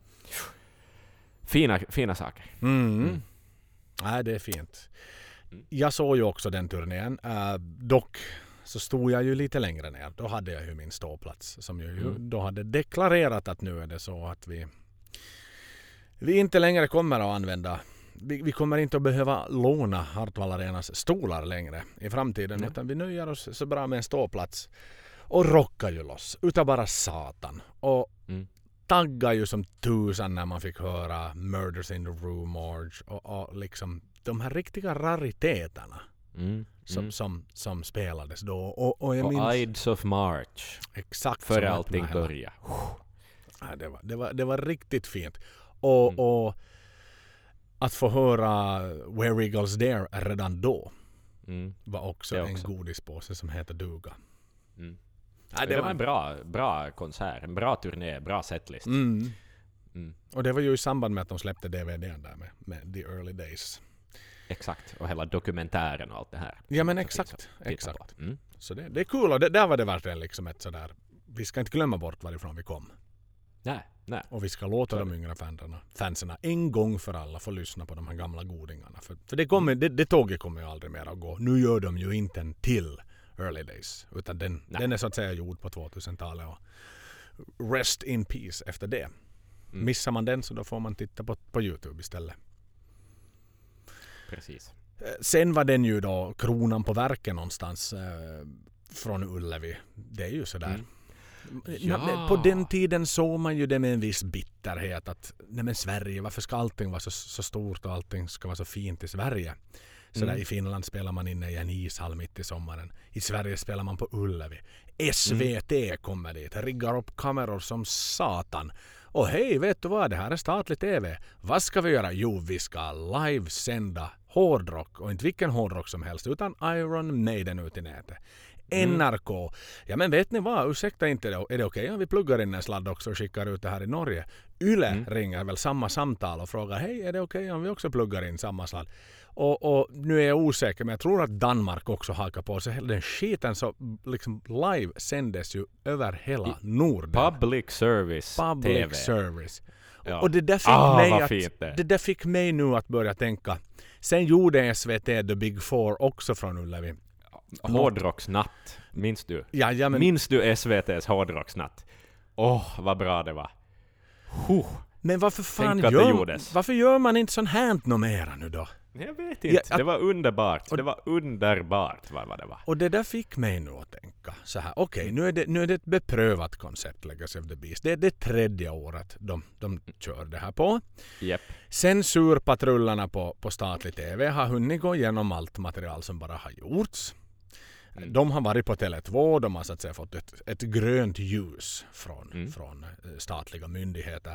Fina, fina saker. Mm. Mm. Nej, det är fint. Mm. Jag såg ju också den turnén. Uh, dock så stod jag ju lite längre ner. Då hade jag ju min ståplats som jag ju Mm. då hade deklarerat att nu är det så att vi vi inte längre kommer att använda vi, vi kommer inte att behöva låna Hartwall Arenas stolar längre i framtiden. Mm. Utan vi nöjer oss så bra med en ståplats och rockar ju loss utav bara satan. Och Mm. taggar ju som tusan när man fick höra Murders in the Rue Morgue och, och liksom de här riktiga rariteterna Mm. som, Mm. som, som spelades då. Och, och jag Och minns Ides of March. exakt Före som allting öppnade hela- började. Ja, det, var, det, var, det var riktigt fint. Och, Mm. och att få höra Where Eagles Dare redan då Mm. var också, Det en också. godispåse som heter duga. Mm. Ja, Det var en bra, bra konsert, en bra turné, bra setlist. Mm. Mm. Och det var ju i samband med att de släppte D V D:n där med, med The Early Days. Exakt, och hela dokumentären och allt det här. Ja men Så exakt, finns att titta exakt. på. Mm. Så det, det är kul och det, där var det verkligen liksom ett sådär, vi ska inte glömma bort varifrån vi kom. Nej, nej. Och vi ska låta Så är de det. yngre fanserna, fanserna en gång för alla få lyssna på de här gamla godingarna. För, för det, kommer, det, det tåget kommer ju aldrig mer att gå. Nu gör de ju inte en till Early Days. Utan den, den är så att säga gjord på tvåtusentalet. Och rest in peace efter det. Mm. Missar man den så då får man titta på, på YouTube istället. Precis. Sen var den ju då kronan på verket någonstans eh, från Ullevi. Det är ju sådär. Mm. Ja. Ja. På den tiden såg man ju det med en viss bitterhet att nej men Sverige, varför ska allting vara så, så stort och allting ska vara så fint i Sverige? Så Mm. där i Finland spelar man inne i en ishall mitt i sommaren. I Sverige spelar man på Ullevi. S V T kommer dit, riggar upp kameror som satan. Och hej, vet du vad? Det här är statlig T V. Vad ska vi göra? Jo, vi ska livesända hårdrock. Och inte vilken hårdrock som helst, utan Iron Maiden ut i nätet. N R K. Ja men vet ni vad? Ursäkta inte, är det okej okay? Ja, vi pluggar in en sladd också och skickar ut det här i Norge. Yle Mm. ringer väl samma samtal och frågar hej, är det okej okay om vi också pluggar in samma sladd? Och, och nu är jag osäker, men jag tror att Danmark också hakar på sig. Den skiten så liksom live sändes ju över hela I Norden. Public service Public T V. service. Ja. Och det där, fick Ah, mig vad att, fint det. det där fick mig nu att börja tänka. Sen gjorde S V T The Big Four också från Ullevi. Hårdrocksnatt. Minns du? Ja, ja, men, Minns du S V T:s hårdrocksnatt? Åh, oh, vad bra det var. Huh. men varför fan Tänk att det gör, gjordes. varför gör man inte sån här nå mera nu då? Jag vet inte. Ja, att- det var underbart. och- Det var underbart vad, vad det var. Och det där fick mig nu att tänka så här. Okej, okay, nu, är det, nu är det ett beprövat koncept, Legacy of the Beast. Det är det tredje året de, de kör det här på. Japp. Censurpatrullerna på, på statlig T V har hunnit gå igenom allt material som bara har gjorts. Mm. De har varit på Tele två, de har så att säga fått ett, ett grönt ljus från, Mm. från eh, statliga myndigheter.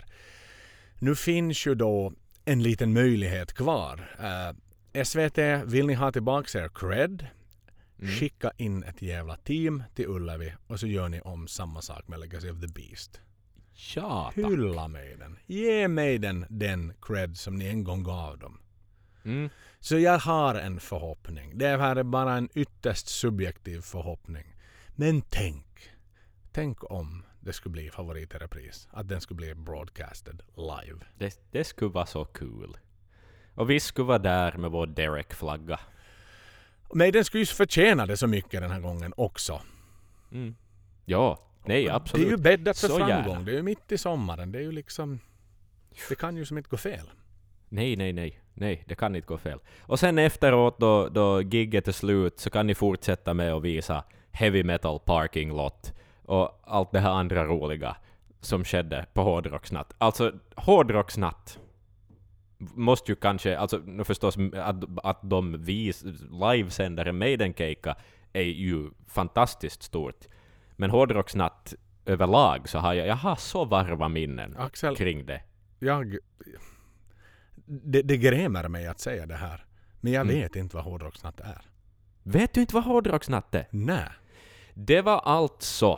Nu finns ju då en liten möjlighet kvar. Uh, S V T, vill ni ha tillbaka er cred? Mm. Skicka in ett jävla team till Ullevi och så gör ni om samma sak med Legacy of the Beast. Ja, tack. Hylla mig den. Ge mig den, den cred som ni en gång gav dem. Mm. Så jag har en förhoppning. Det här är bara en ytterst subjektiv förhoppning. Men tänk, tänk om det skulle bli favorit i repris. Att den skulle bli broadcasted live. Det, det skulle vara så kul. Och vi skulle vara där med vår Derek-flagga. Men den skulle ju förtjäna det så mycket den här gången också. Mm. Ja, nej absolut. Det är ju bäddat för så framgång. gärna. Det är ju mitt i sommaren. Det är ju liksom... Det kan ju som inte gå fel. Nej, nej, nej. Nej, det kan inte gå fel. Och sen efteråt då, då gigget är slut så kan ni fortsätta med att visa Heavy Metal Parking Lot och allt det här andra roliga som skedde på Hårdrocksnatt. Alltså, Hårdrocksnatt måste ju kanske, alltså nu förstås att, att de vis, livesändare Maiden-keika är ju fantastiskt stort. Men Hårdrocksnatt överlag så har jag, jag har så varva minnen Axel, kring det. Jag... Det, det grämer mig att säga det här. Men jag Mm. vet inte vad Hårdrocksnatt är. Vet du inte vad Hårdrocksnatt är? Nej. Det var alltså...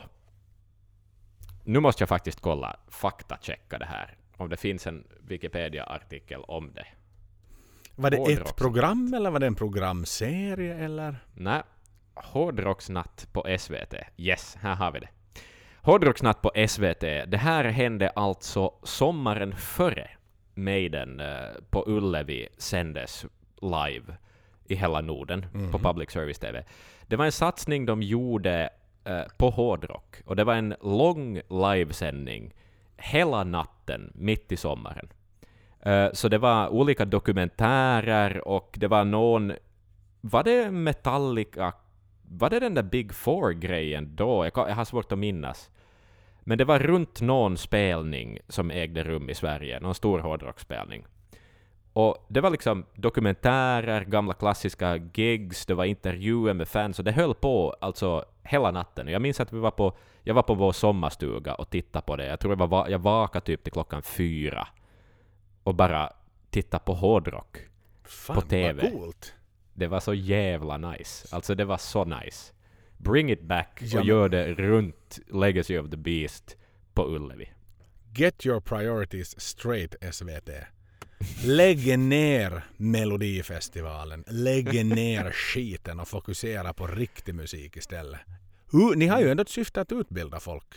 Nu måste jag faktiskt kolla, faktachecka det här. Om det finns en Wikipedia-artikel om det. Var det ett Hårdrocksnatt. program eller var det en programserie eller? Nej, Hårdrocksnatt på S V T. Yes, här har vi det. Hårdrocksnatt på S V T. Det här hände alltså sommaren före Maiden eh, på Ullevi sändes live i hela Norden Mhm. på Public Service T V. Det var en satsning de gjorde eh, på hårdrock. Och det var en lång livesändning hela natten mitt i sommaren. Eh, så det var olika dokumentärer och det var någon... Var det Metallica? Var det den där Big Four-grejen då? Jag, kan, jag har svårt att minnas. Men det var runt någon spelning som ägde rum i Sverige. Någon stor hårdrockspelning. Och det var liksom dokumentärer, gamla klassiska gigs, det var intervjuer med fans och det höll på alltså hela natten. Jag minns att vi var på, jag var på vår sommarstuga och tittade på det. Jag tror jag, var, jag vakade typ till klockan fyra och bara tittade på hårdrock. Fan, På T V. vad coolt. Det var så jävla nice. Alltså det var så nice. Bring it back Ja, och men- gör det runt Legacy of the Beast på Ullevi. Get your priorities straight, S V T. Lägg ner Melodifestivalen. Lägg ner skiten och fokusera på riktig musik istället. Uh, ni har ju ändå ett syfte att utbilda folk.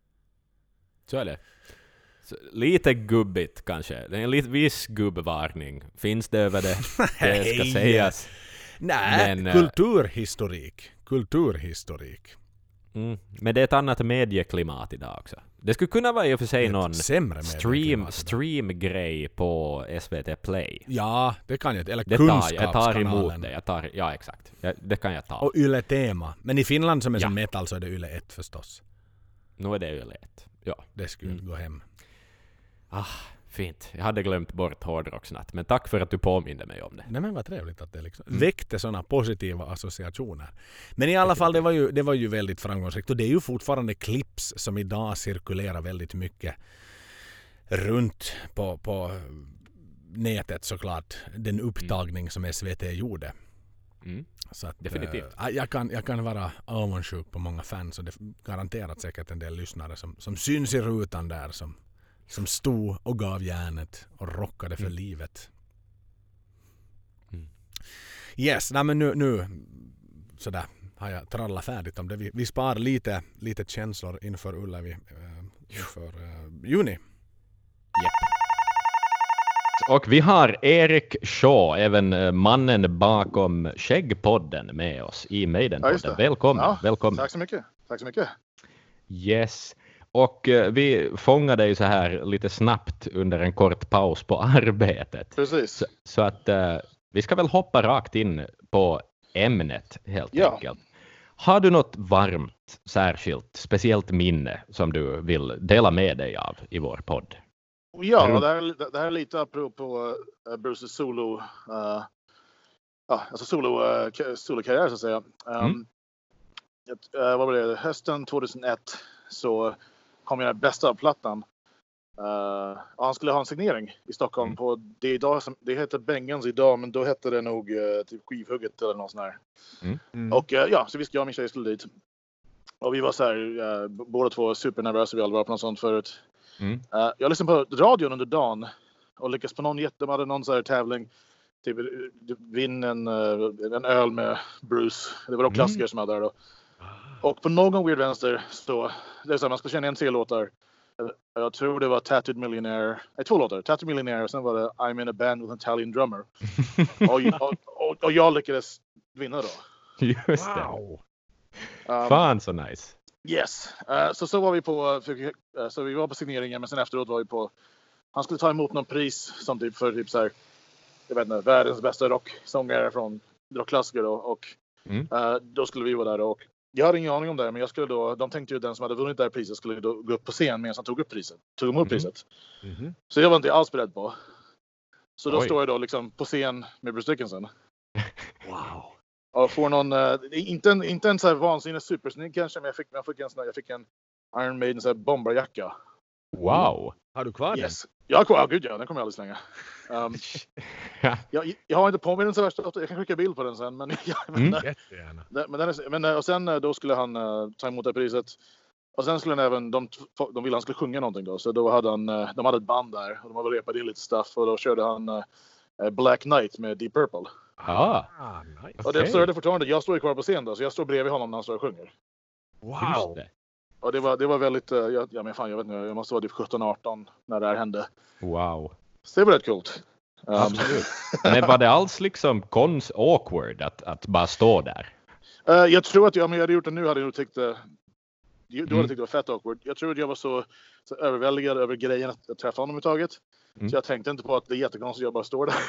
Så är det. Så, lite gubbigt kanske. Det är en lite viss gubbvarning. Finns det över det? Det ska Nej. sägas. Nej, Men, eh, kulturhistorik. Kulturhistorik. Mm. Men det är ett annat medieklimat idag också. Det skulle kunna vara i och för sig Ett någon sämre stream, medieklimat idag. stream-grej på S V T Play. Ja, det kan jag. Eller Det tar, jag tar kunskapskanalen. emot det. Jag tar, ja, exakt. Ja, det kan jag ta. Och Yle Tema. Men i Finland som är Ja. som metal så är det Yle ett förstås. Nu är det ju lätt. Ja. Det skulle Mm. gå hem. Ah, fint. Jag hade glömt bort Hårdrocksnatt. Men tack för att du påminde mig om det. Nej men vad trevligt att det liksom Mm. väckte sådana positiva associationer. Men i alla fall, det var, ju, det var ju väldigt framgångsrikt. Och det är ju fortfarande clips som idag cirkulerar väldigt mycket runt på, på nätet såklart. Den upptagning som S V T gjorde. Mm. Så att, Definitivt. äh, jag, kan, jag kan vara avundsjuk på många fans och det garanterat säkert en del lyssnare som, som syns i rutan där som, som stod och gav järnet och rockade för Mm. livet. Mm. Yes, nej men nu, nu sådär har jag trallat färdigt om det. Vi, vi spar lite, lite känslor inför Ullevi äh, inför äh, juni. Och vi har Erik Shaw, även eh, mannen bakom Skäggpodden, med oss i Ja, just Maiden-podden. det. Välkommen. Ja, Välkommen. Tack så mycket. Tack så mycket. Yes. Och eh, vi fångade ju så här lite snabbt under en kort paus på arbetet. Precis. Så, så att eh, vi ska väl hoppa rakt in på ämnet helt Ja. enkelt. Har du något varmt, särskilt, speciellt minne som du vill dela med dig av i vår podd? Ja, Mm. det här, det här är lite apropå uh, Bruces solo, uh, ja, alltså solo, uh, solokarriär så att säga. Um, Mm. ett, uh, vad var det? Hösten tjugohundraett så kom den här bästa plattan. Uh, och han skulle ha en signering i Stockholm Mm. på det idag som, det heter Bengens idag, men då hette det nog uh, typ Skivhugget eller något sånt här. Mm. Och uh, ja, så visst jag och min tjej skulle dit. Och vi var så här, uh, båda två supernervösa, vi aldrig varit på något sånt förut. Mm. Uh, jag lyssnade på radion under dagen och lyckades på någon jätte, de hade någon så här tävling. typ vinn en, en öl med Bruce. Det var de klassiker mm. som hade där då. Och på någon weird vänster så, det är så här, man ska känna igen tre låtar. Jag tror det var Tattooed Millionaire, nej två låtar, Tattooed Millionaire och sen var det I'm in a band with an Italian drummer. och, och, och, och jag lyckades vinna då. Just det. Wow. Um, Fan så nice. Yes, uh, så så var vi på, för, uh, så vi var på signeringen men sen efteråt var vi på, han skulle ta emot någon pris som typ för typ så här, jag vet inte, världens bästa rocksångare från rockklassiker då och mm. uh, då skulle vi vara där och jag hade ingen aning om det, men jag skulle då, de tänkte ju att den som hade vunnit det här priset skulle då gå upp på scen medan han tog upp priset, tog emot mm. priset. Mm. Så jag var inte alls beredd på. Så då Oj. står jag då liksom på scen med Bruce Dickinson. Wow. Och får någon, uh, inte en, inte en så här vansinnig supersnygg kanske, men jag fick, jag fick en sån här, jag fick en Iron Maiden så här bomberjacka. Wow. Har du kvar yes. den? Ja, kvar. Gud ja, den kommer jag aldrig slänga. Um, jag, jag har inte på mig den så värsta, jag kan skicka bild på den sen. Men, ja, men, mm. Jättegärna. Men, den är, men och sen då skulle han uh, ta emot det priset. Och sen skulle han även, de, de ville han skulle sjunga någonting då. Så då hade han, uh, de hade ett band där. Och de hade repat in lite stuff. Och då körde han uh, Black Knight med Deep Purple. Ah, nice. Och det står det fortfarande, jag står ju kvar på scen då. Så jag står bredvid honom när han står och sjunger. Wow. Och det var, det var väldigt, uh, jag, ja men fan jag vet inte, jag måste vara typ sjutton arton när det här hände. Wow. Så det var rätt coolt. Um. Absolut. Men var det alls liksom cons awkward att, att bara stå där? Uh, jag tror att jag, men jag hade gjort det nu hade jag nog tyckt det, du mm. hade tyckt det var fett awkward. Jag tror att jag var så, så överväldigad över grejen att, att träffa honom i taget. Mm. Så jag tänkte inte på att det är jättekonstigt att jag bara står där.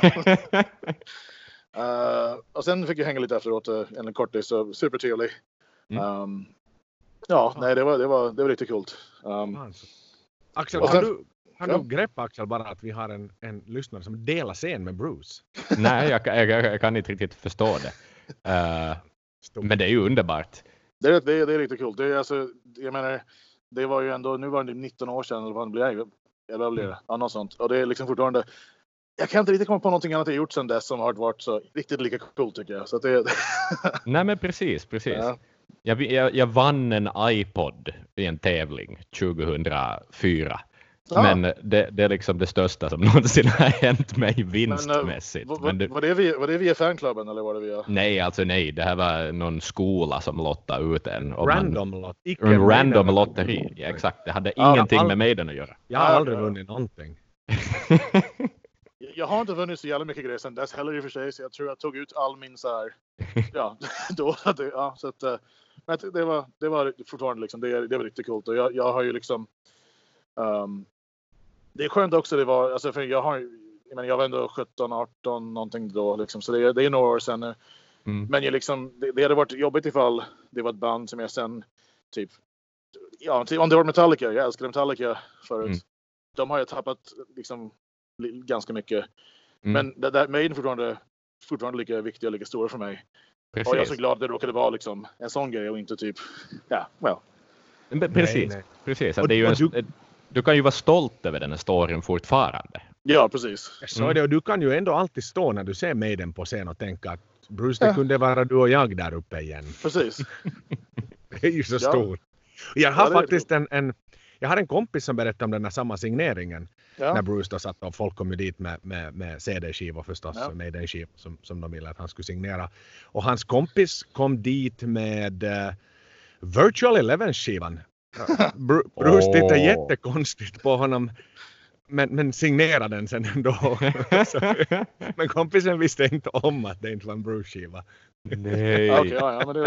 uh, och sen fick jag hänga lite efteråt, uh, en kortis, så supertrevlig. Mm. Um, ja, nej det var, det var, det var riktigt coolt. Um, Axel, sen, har du... Har du grepp Axel bara att vi har en, en lyssnare som delar scen med Bruce? Nej, jag, jag, jag kan inte riktigt förstå det. Uh, men det är ju underbart. Det är, det är, det är riktigt kul. Det är alltså, jag menar, det var ju ändå, nu var det nitton år sedan eller vad det blir. Eller vad blir det? Ja, något sånt. Och det är liksom fortfarande, jag kan inte riktigt komma på någonting annat jag gjort sedan dess som har varit så riktigt lika cool tycker jag. Så att det, Nej men precis, precis. Ja. Jag, jag, jag vann en iPod i en tävling tjugohundrafyra. Ja. Men det, det är liksom det största som någonsin har hänt mig vinstmässigt. Men, uh, men det, var, det via, var det via fanklubben eller var det via? Nej, alltså nej. Det här var någon skola som lottade ut en. Random man, lot. En random lotteri. Ja, exakt. Det hade ja, ingenting all, med mig den att göra. Jag har aldrig vunnit någonting. Jag har inte vunnit så jävla mycket grejer sen dess heller i och för sig. Så jag tror jag tog ut all min så här. Ja, då. Det, ja, så att, men det var, det var fortfarande liksom, det, det var riktigt coolt. Och jag, jag har ju liksom um, det är skönt också det var, alltså för jag har, jag menar jag var ändå sjutton arton någonting då liksom, så det, det är några år sedan nu. Mm. Men jag liksom, det, det hade varit jobbigt ifall det var ett band som jag sen typ, ja om det var Metallica, jag älskar Metallica förut. Mm. De har jag tappat liksom ganska mycket. Mm. Men det där Maiden fortfarande, fortfarande lika viktiga och lika stora för mig. Precis. Och jag är så glad att det råkade vara liksom en sån grej och inte typ, ja, well. Men precis, nej, nej. precis. Och, det är ju en, du, du kan ju vara stolt över den här storyn fortfarande. Ja, precis. Jag sa det, och du kan ju ändå alltid stå när du ser Maiden på scen och tänka att Bruce, det ja. kunde vara du och jag där uppe igen. Precis. Det är ju så ja. stort. Jag har ja, faktiskt en, en, jag har en kompis som berättade om den här samma signeringen. Ja. När Bruce då satt och folk kom ju dit med, med, med C D-skivor förstås. Ja. Med den skiva som, som de ville att han skulle signera. Och hans kompis kom dit med uh, Virtual Eleven-skivan. Br- Bruce oh. tittade jättekonstigt på honom. Men, men signerade den sen ändå. Så, men kompisen visste inte om att det inte var en Bruce-skiva. Nej. Okej, okay, ja, ja, men det...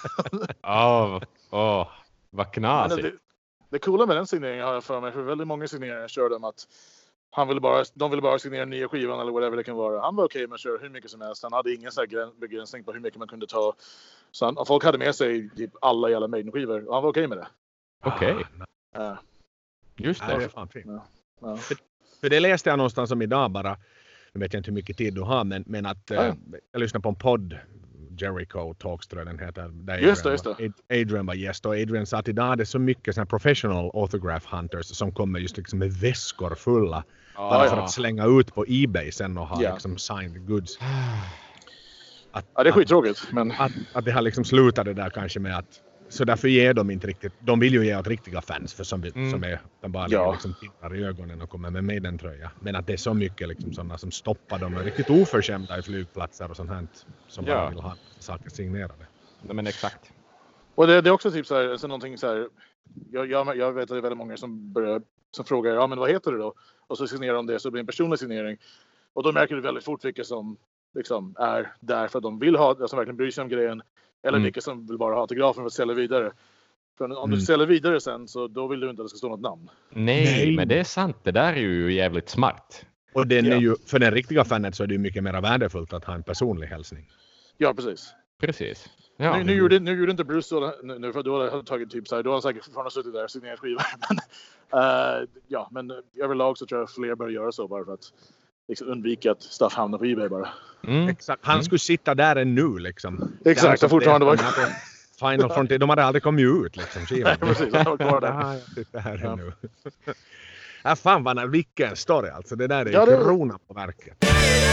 Åh, oh, oh, vad knasigt. Det, det coola med den signeringen har jag för mig, för väldigt många signeringar körde de att han ville bara, de ville bara signera nya skivan eller whatever det kan vara. Han var okej okay med att köra hur mycket som helst. Han hade ingen så här begränsning på hur mycket man kunde ta. Så han, folk hade med sig typ alla jävla Maiden-skivor och han var okej okay med det. Okej. Okay. Uh, Just det. Ja, det är fan fint. Ja. Ja. För, för det läste jag någonstans om idag bara. Jag vet inte hur mycket tid du har, men, men att ja. uh, jag lyssnade på en podd, Jericho Talks tror jag den heter. Där just det, just det. Var, Adrian var gäst och Adrian sa att idag är det så mycket såna professional autograph hunters som kommer just liksom med väskor fulla. Ah, bara för ja. att slänga ut på eBay sen och ha ja. liksom signed goods. Att, ja, det är skittråkigt. Men... Att, att det har liksom slutat det där kanske med att så därför ger de inte riktigt, de vill ju ge åt riktiga fans för som, mm. som är bara ja. liksom tittar i ögonen och kommer med den tröja. Men att det är så mycket liksom sådana som stoppar dem och riktigt oförskämda i flygplatser och sånt här som ja. bara vill ha saker signerade. Ja, men exakt. Och det, det är också typ så här, alltså någonting så här, jag, jag, jag vet att det är väldigt många som börjar, som frågar, ja men vad heter det då? Och så signerar de det så blir det en personlig signering. Och då märker du väldigt fort vilka som liksom är där för att de vill ha, alltså verkligen bryr sig om grejen. Eller mm. vilka som vill bara ha autografen för att sälja vidare. För om mm. du säljer vidare sen så då vill du inte att det ska stå något namn. Nej, Nej. men det är sant. Det där är ju jävligt smart. Och den är ju, för den riktiga fanet så är det ju mycket mer värdefullt att ha en personlig hälsning. Ja, precis. Precis. Ja. Nu, nu, gjorde, nu gjorde inte Bruce så, nu för då hade han tagit typ så här, då har han säkert fortfarande suttit där och signerat skivor. Men, uh, ja, men överlag så tror jag fler bör göra så bara för att liksom undvika att stuff hamnar på eBay bara. Mm. Exakt. Han skulle sitta där ännu liksom. Exakt, så fortfarande var Final Frontier, de hade aldrig kommit ut liksom. Nej, precis, han var kvar där. Ja, jag sitter här ja. nu. Ja, fan vad, vilken story alltså. Det där är ja, det... kronan på verket.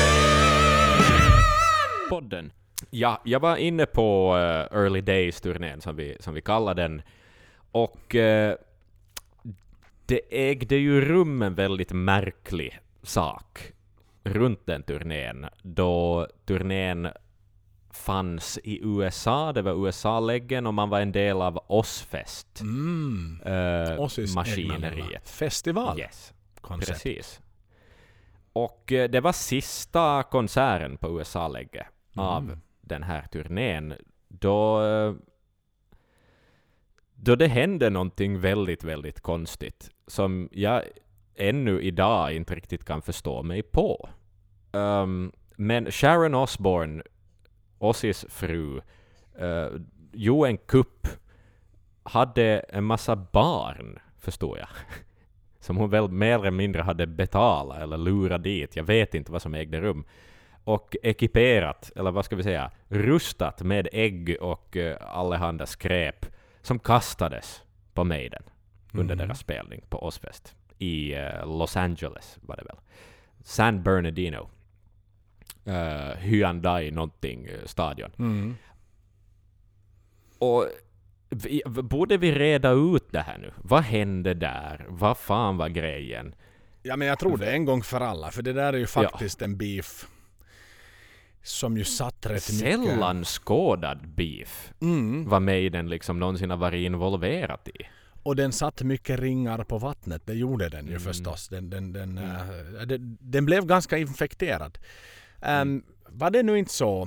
Podden. Ja, jag var inne på uh, Early Days-turnén som vi, som vi kallar den. Och uh, det ägde ju rum en väldigt märklig sak runt den turnén. Då turnén fanns i U S A, det var U S A-läggen och man var en del av Ozzfest. Mm. Uh, maskineriet. Festival. Yes, koncept. Precis. Och uh, det var sista konserten på U S A-lägget mm. av den här turnén. Då, uh, då det hände någonting väldigt, väldigt konstigt som jag ännu idag inte riktigt kan förstå mig på. Um, men Sharon Osbourne, Ozzys fru, uh, gjorde en kupp, hade en massa barn, förstår jag, som hon väl mer eller mindre hade betalat eller lurat dit. Jag vet inte vad som ägde rum. Och ekiperat, eller vad ska vi säga, rustat med ägg och uh, allehanda skräp som kastades på Maiden under mm. deras spelning på Ozzfest i uh, Los Angeles var det väl. San Bernardino. Uh, Hyundai någonting uh, stadion. Mm. Och vi, borde vi reda ut det här nu? Vad hände där? Vad fan var grejen? Ja, men jag tror det en gång för alla. För det där är ju faktiskt ja. en beef som ju satt rätt Sällan mycket. Sällan skådad beef mm. vad Maiden liksom någonsin har varit involverat i. Och den satt mycket ringar på vattnet. Det gjorde den ju mm. förstås. Den, den, den, mm. uh, den, den blev ganska infekterad. Um, mm. Var det nu inte så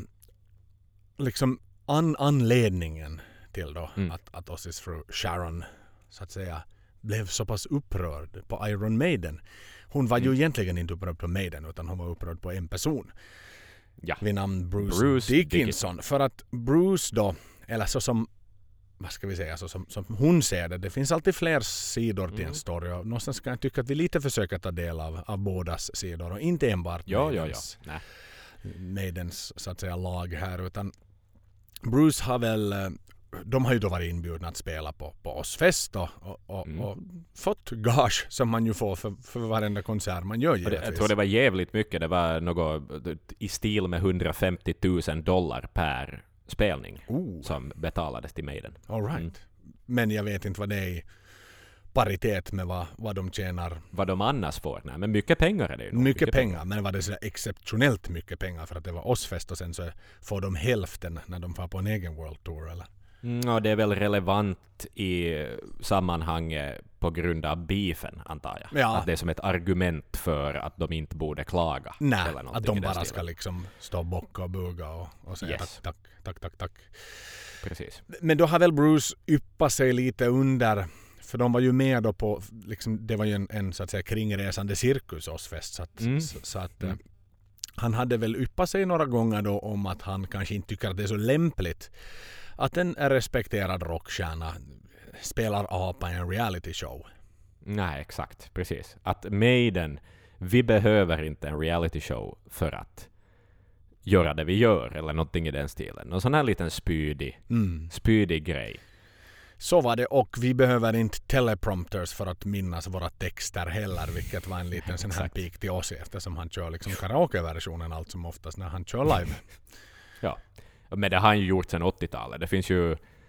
liksom an, anledningen till då mm. att, att Ozzys fru Sharon så att säga blev så pass upprörd på Iron Maiden. Hon var mm. ju egentligen inte upprörd på Maiden utan hon var upprörd på en person. Ja. Vid namn Bruce, Bruce Dickinson. Dickinson. För att Bruce då, eller så som vad ska vi säga, så som, som hon ser det. Det finns alltid fler sidor till mm. en story och någonstans kan jag tycka att vi lite försöker ta del av, av bådas sidor och inte enbart ja, Maidens, ja, ja. Maidens så att säga lag här utan Bruce har väl de har ju då varit inbjudna att spela på, på Ozzfest och, och, och, mm. och fått gage som man ju får för, för varenda konsert man gör givetvis. Jag tror det var jävligt mycket, det var något i stil med hundrafemtio tusen dollar per spelning oh. som betalades till Maiden. All right. Mm. Men jag vet inte vad det är i paritet med vad, vad de tjänar. Vad de annars får. Nej, men mycket pengar är det ju. Mycket, mycket pengar, pengar, men var det så exceptionellt mycket pengar för att det var Ozzfest och sen så får de hälften när de får på en egen World Tour eller? Mm, och det är väl relevant i sammanhanget på grund av beefen, antar jag. Ja. Att det är som ett argument för att de inte borde klaga. Nej, eller att de bara ska liksom stå och bocka och buga och, och säga yes. tack, tack, tack, tack, tack. Precis. Men då har väl Bruce yppat sig lite under, för de var ju med då på, liksom, det var ju en, en så att säga kringresande cirkus Ozzfest, så att, mm. så, så att mm. han hade väl yppat sig några gånger då om att han kanske inte tycker att det är så lämpligt att en respekterad rockstjärna spelar apa i en reality show. Nej, exakt. Precis. Att Maiden, vi behöver inte en reality show för att göra det vi gör eller någonting i den stilen. Och sån här liten spydig, mm. spydig grej. Så var det, och vi behöver inte teleprompters för att minnas våra texter heller, vilket var en liten sån här pik till oss eftersom han kör liksom karaoke-versionen allt som oftast när han kör live. Ja. Men det har han ju gjort sedan åttiotalet. Det finns ju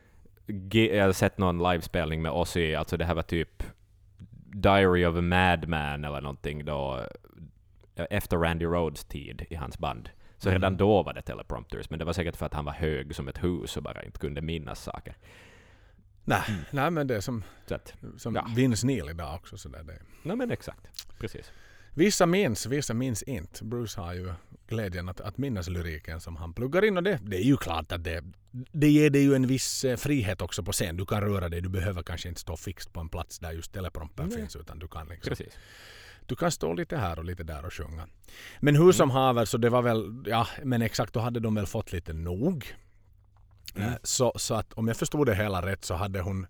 jag har sett någon livespelning med Ozzy, alltså det här var typ Diary of a Madman eller någonting då, efter Randy Rhoads tid i hans band. Så redan mm. då var det teleprompters, men det var säkert för att han var hög som ett hus och bara inte kunde minnas saker. Nej, mm. nej men det är som, att, som ja. Vince Neil idag också. Så där det. Nej men exakt, precis. Vissa minns, vissa minns inte. Bruce har ju glädjen att, att minnas lyriken som han pluggar in, och det, det är ju klart att det, det ger dig ju en viss frihet också på scen. Du kan röra dig, du behöver kanske inte stå fixt på en plats där just teleprompten mm. finns, utan du kan liksom, precis. Du kan stå lite här och lite där och sjunga. Men hur som mm. haver, så det var väl, ja men exakt, då hade de väl fått lite nog. Mm. Så, så att om jag förstod det hela rätt så hade hon,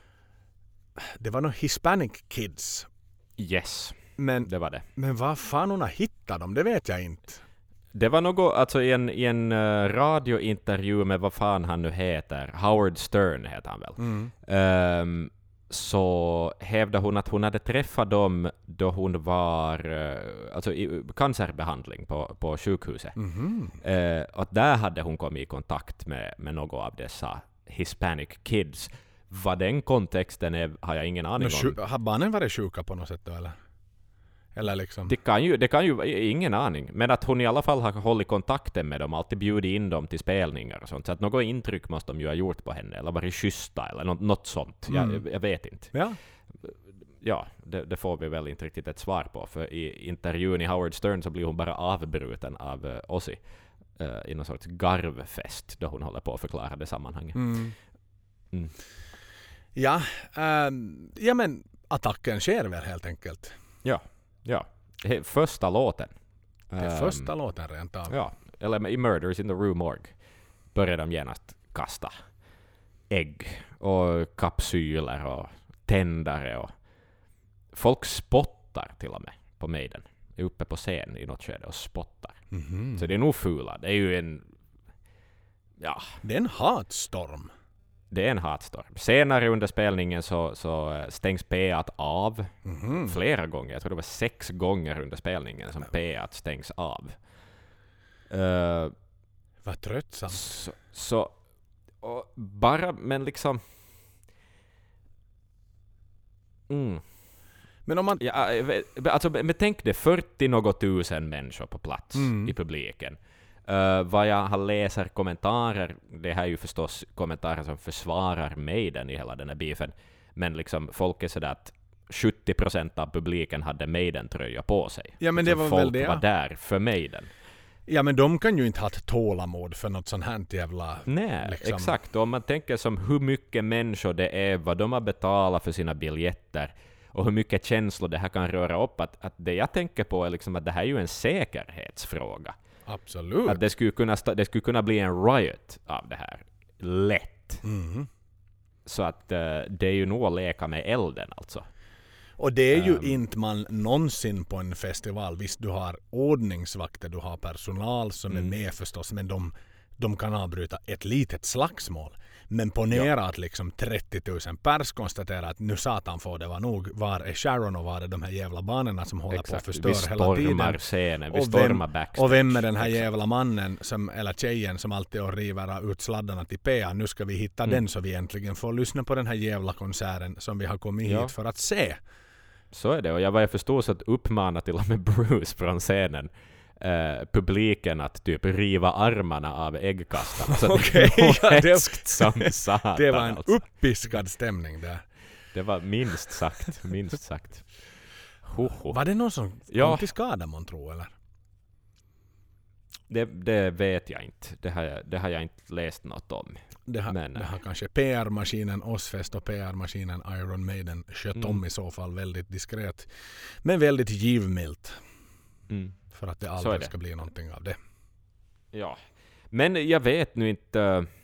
det var nog Hispanic Kids. Yes, men, det var det. Men vad fan hon har hittat dem, det vet jag inte. Det var något, alltså i en, i en uh, radiointervju med vad fan han nu heter, Howard Stern heter han väl. Mm. Um, så hävdade hon att hon hade träffat dem då hon var uh, alltså i cancerbehandling på, på sjukhuset. Mm-hmm. Uh, och där hade hon kommit i kontakt med, med något av dessa Hispanic Kids. Vad den kontexten är har jag ingen aning Men, om. Har barnen varit sjuka på något sätt då, eller? Eller liksom? Det kan ju, det kan ju, ingen aning. Men att hon i alla fall har hållit kontakten med dem, alltid bjudit in dem till spelningar och sånt. Så att något intryck måste de ju ha gjort på henne, eller varit schyssta, eller något, något sånt. Mm. Jag, jag vet inte. Ja, ja det, det får vi väl inte riktigt ett svar på. För i intervjun i Howard Stern så blir hon bara avbruten av uh, Ozzy uh, i någon sorts garvfest då hon håller på att förklara det sammanhanget. Mm. Mm. Ja, ähm, ja, men attacken sker väl helt enkelt. Ja. Ja, första låten. Det är första um, låten rent av. Ja, eller i Murders in the Rue Morgue började de genast kasta ägg och kapsyler och tändare och folk spottar till och med på Maiden. Är uppe på scen i något skede och spottar. Mm-hmm. Så det är nog fula. Det är ju en ja, det är en hatstorm. Det är en hatstorm. Senare under spelningen så, så stängs P A av mm-hmm. flera gånger. Jag tror det var sex gånger under spelningen som P A stängs av. Uh, Vad tröttsamt. Så, så och bara, men liksom... Mm. Men om man... Ja, alltså, men tänk det, fyrtio något tusen människor på plats mm. i publiken. Uh, vad jag har läser kommentarer, det här är ju förstås kommentarer som försvarar Maiden i hela den här beefen, men liksom folk är sådär att sjuttio procent av publiken hade Maiden-tröja på sig. Ja, men det var folk väl det, var ja. där för Maiden. Ja, men de kan ju inte ha ett tålamod för något sånt här jävla... Nej, liksom. Exakt. Och om man tänker som hur mycket människor det är, vad de har betalat för sina biljetter och hur mycket känslor det här kan röra upp, att, att det jag tänker på är liksom att det här är ju en säkerhetsfråga. Absolut. Att det skulle kunna, det skulle kunna bli en riot av det här. Lätt. Mm. Så att uh, det är ju nog att leka med elden alltså. Och det är ju um, inte man någonsin på en festival. Visst, du har ordningsvakter, du har personal som mm. är med förstås, men de, de kan avbryta ett litet slagsmål. Men ponera ja. att liksom trettio tusen pers konstaterar att nu satan får det vara nog. Var är Sharon och var är de här jävla banorna som håller Exakt. på att förstöra hela tiden. Vi stormar scenen, vi och stormar vem, backstage. Och vem är den här Exakt. jävla mannen som, eller tjejen som alltid river ut sladdarna till P A. Nu ska vi hitta mm. den så vi äntligen får lyssna på den här jävla konserten som vi har kommit ja. hit för att se. Så är det, och jag var förstås att uppmana till och med Bruce från scenen Uh, publiken att typ riva armarna av äggkastarna. Så okay, det var ja, det, som satan, det var en alltså. uppiskad stämning där. Det var minst sagt, minst sagt. Hoho. Var det någon som ja. kom till skada, man tror, eller? Det, det vet jag inte. Det har jag, det har jag inte läst något om. Det har, Men, det har kanske P R-maskinen Ozfest och P R-maskinen Iron Maiden skött mm. om i så fall väldigt diskret. Men väldigt givmilt. Mm. För att det aldrig det. ska bli någonting av det. Ja, men jag vet nu inte...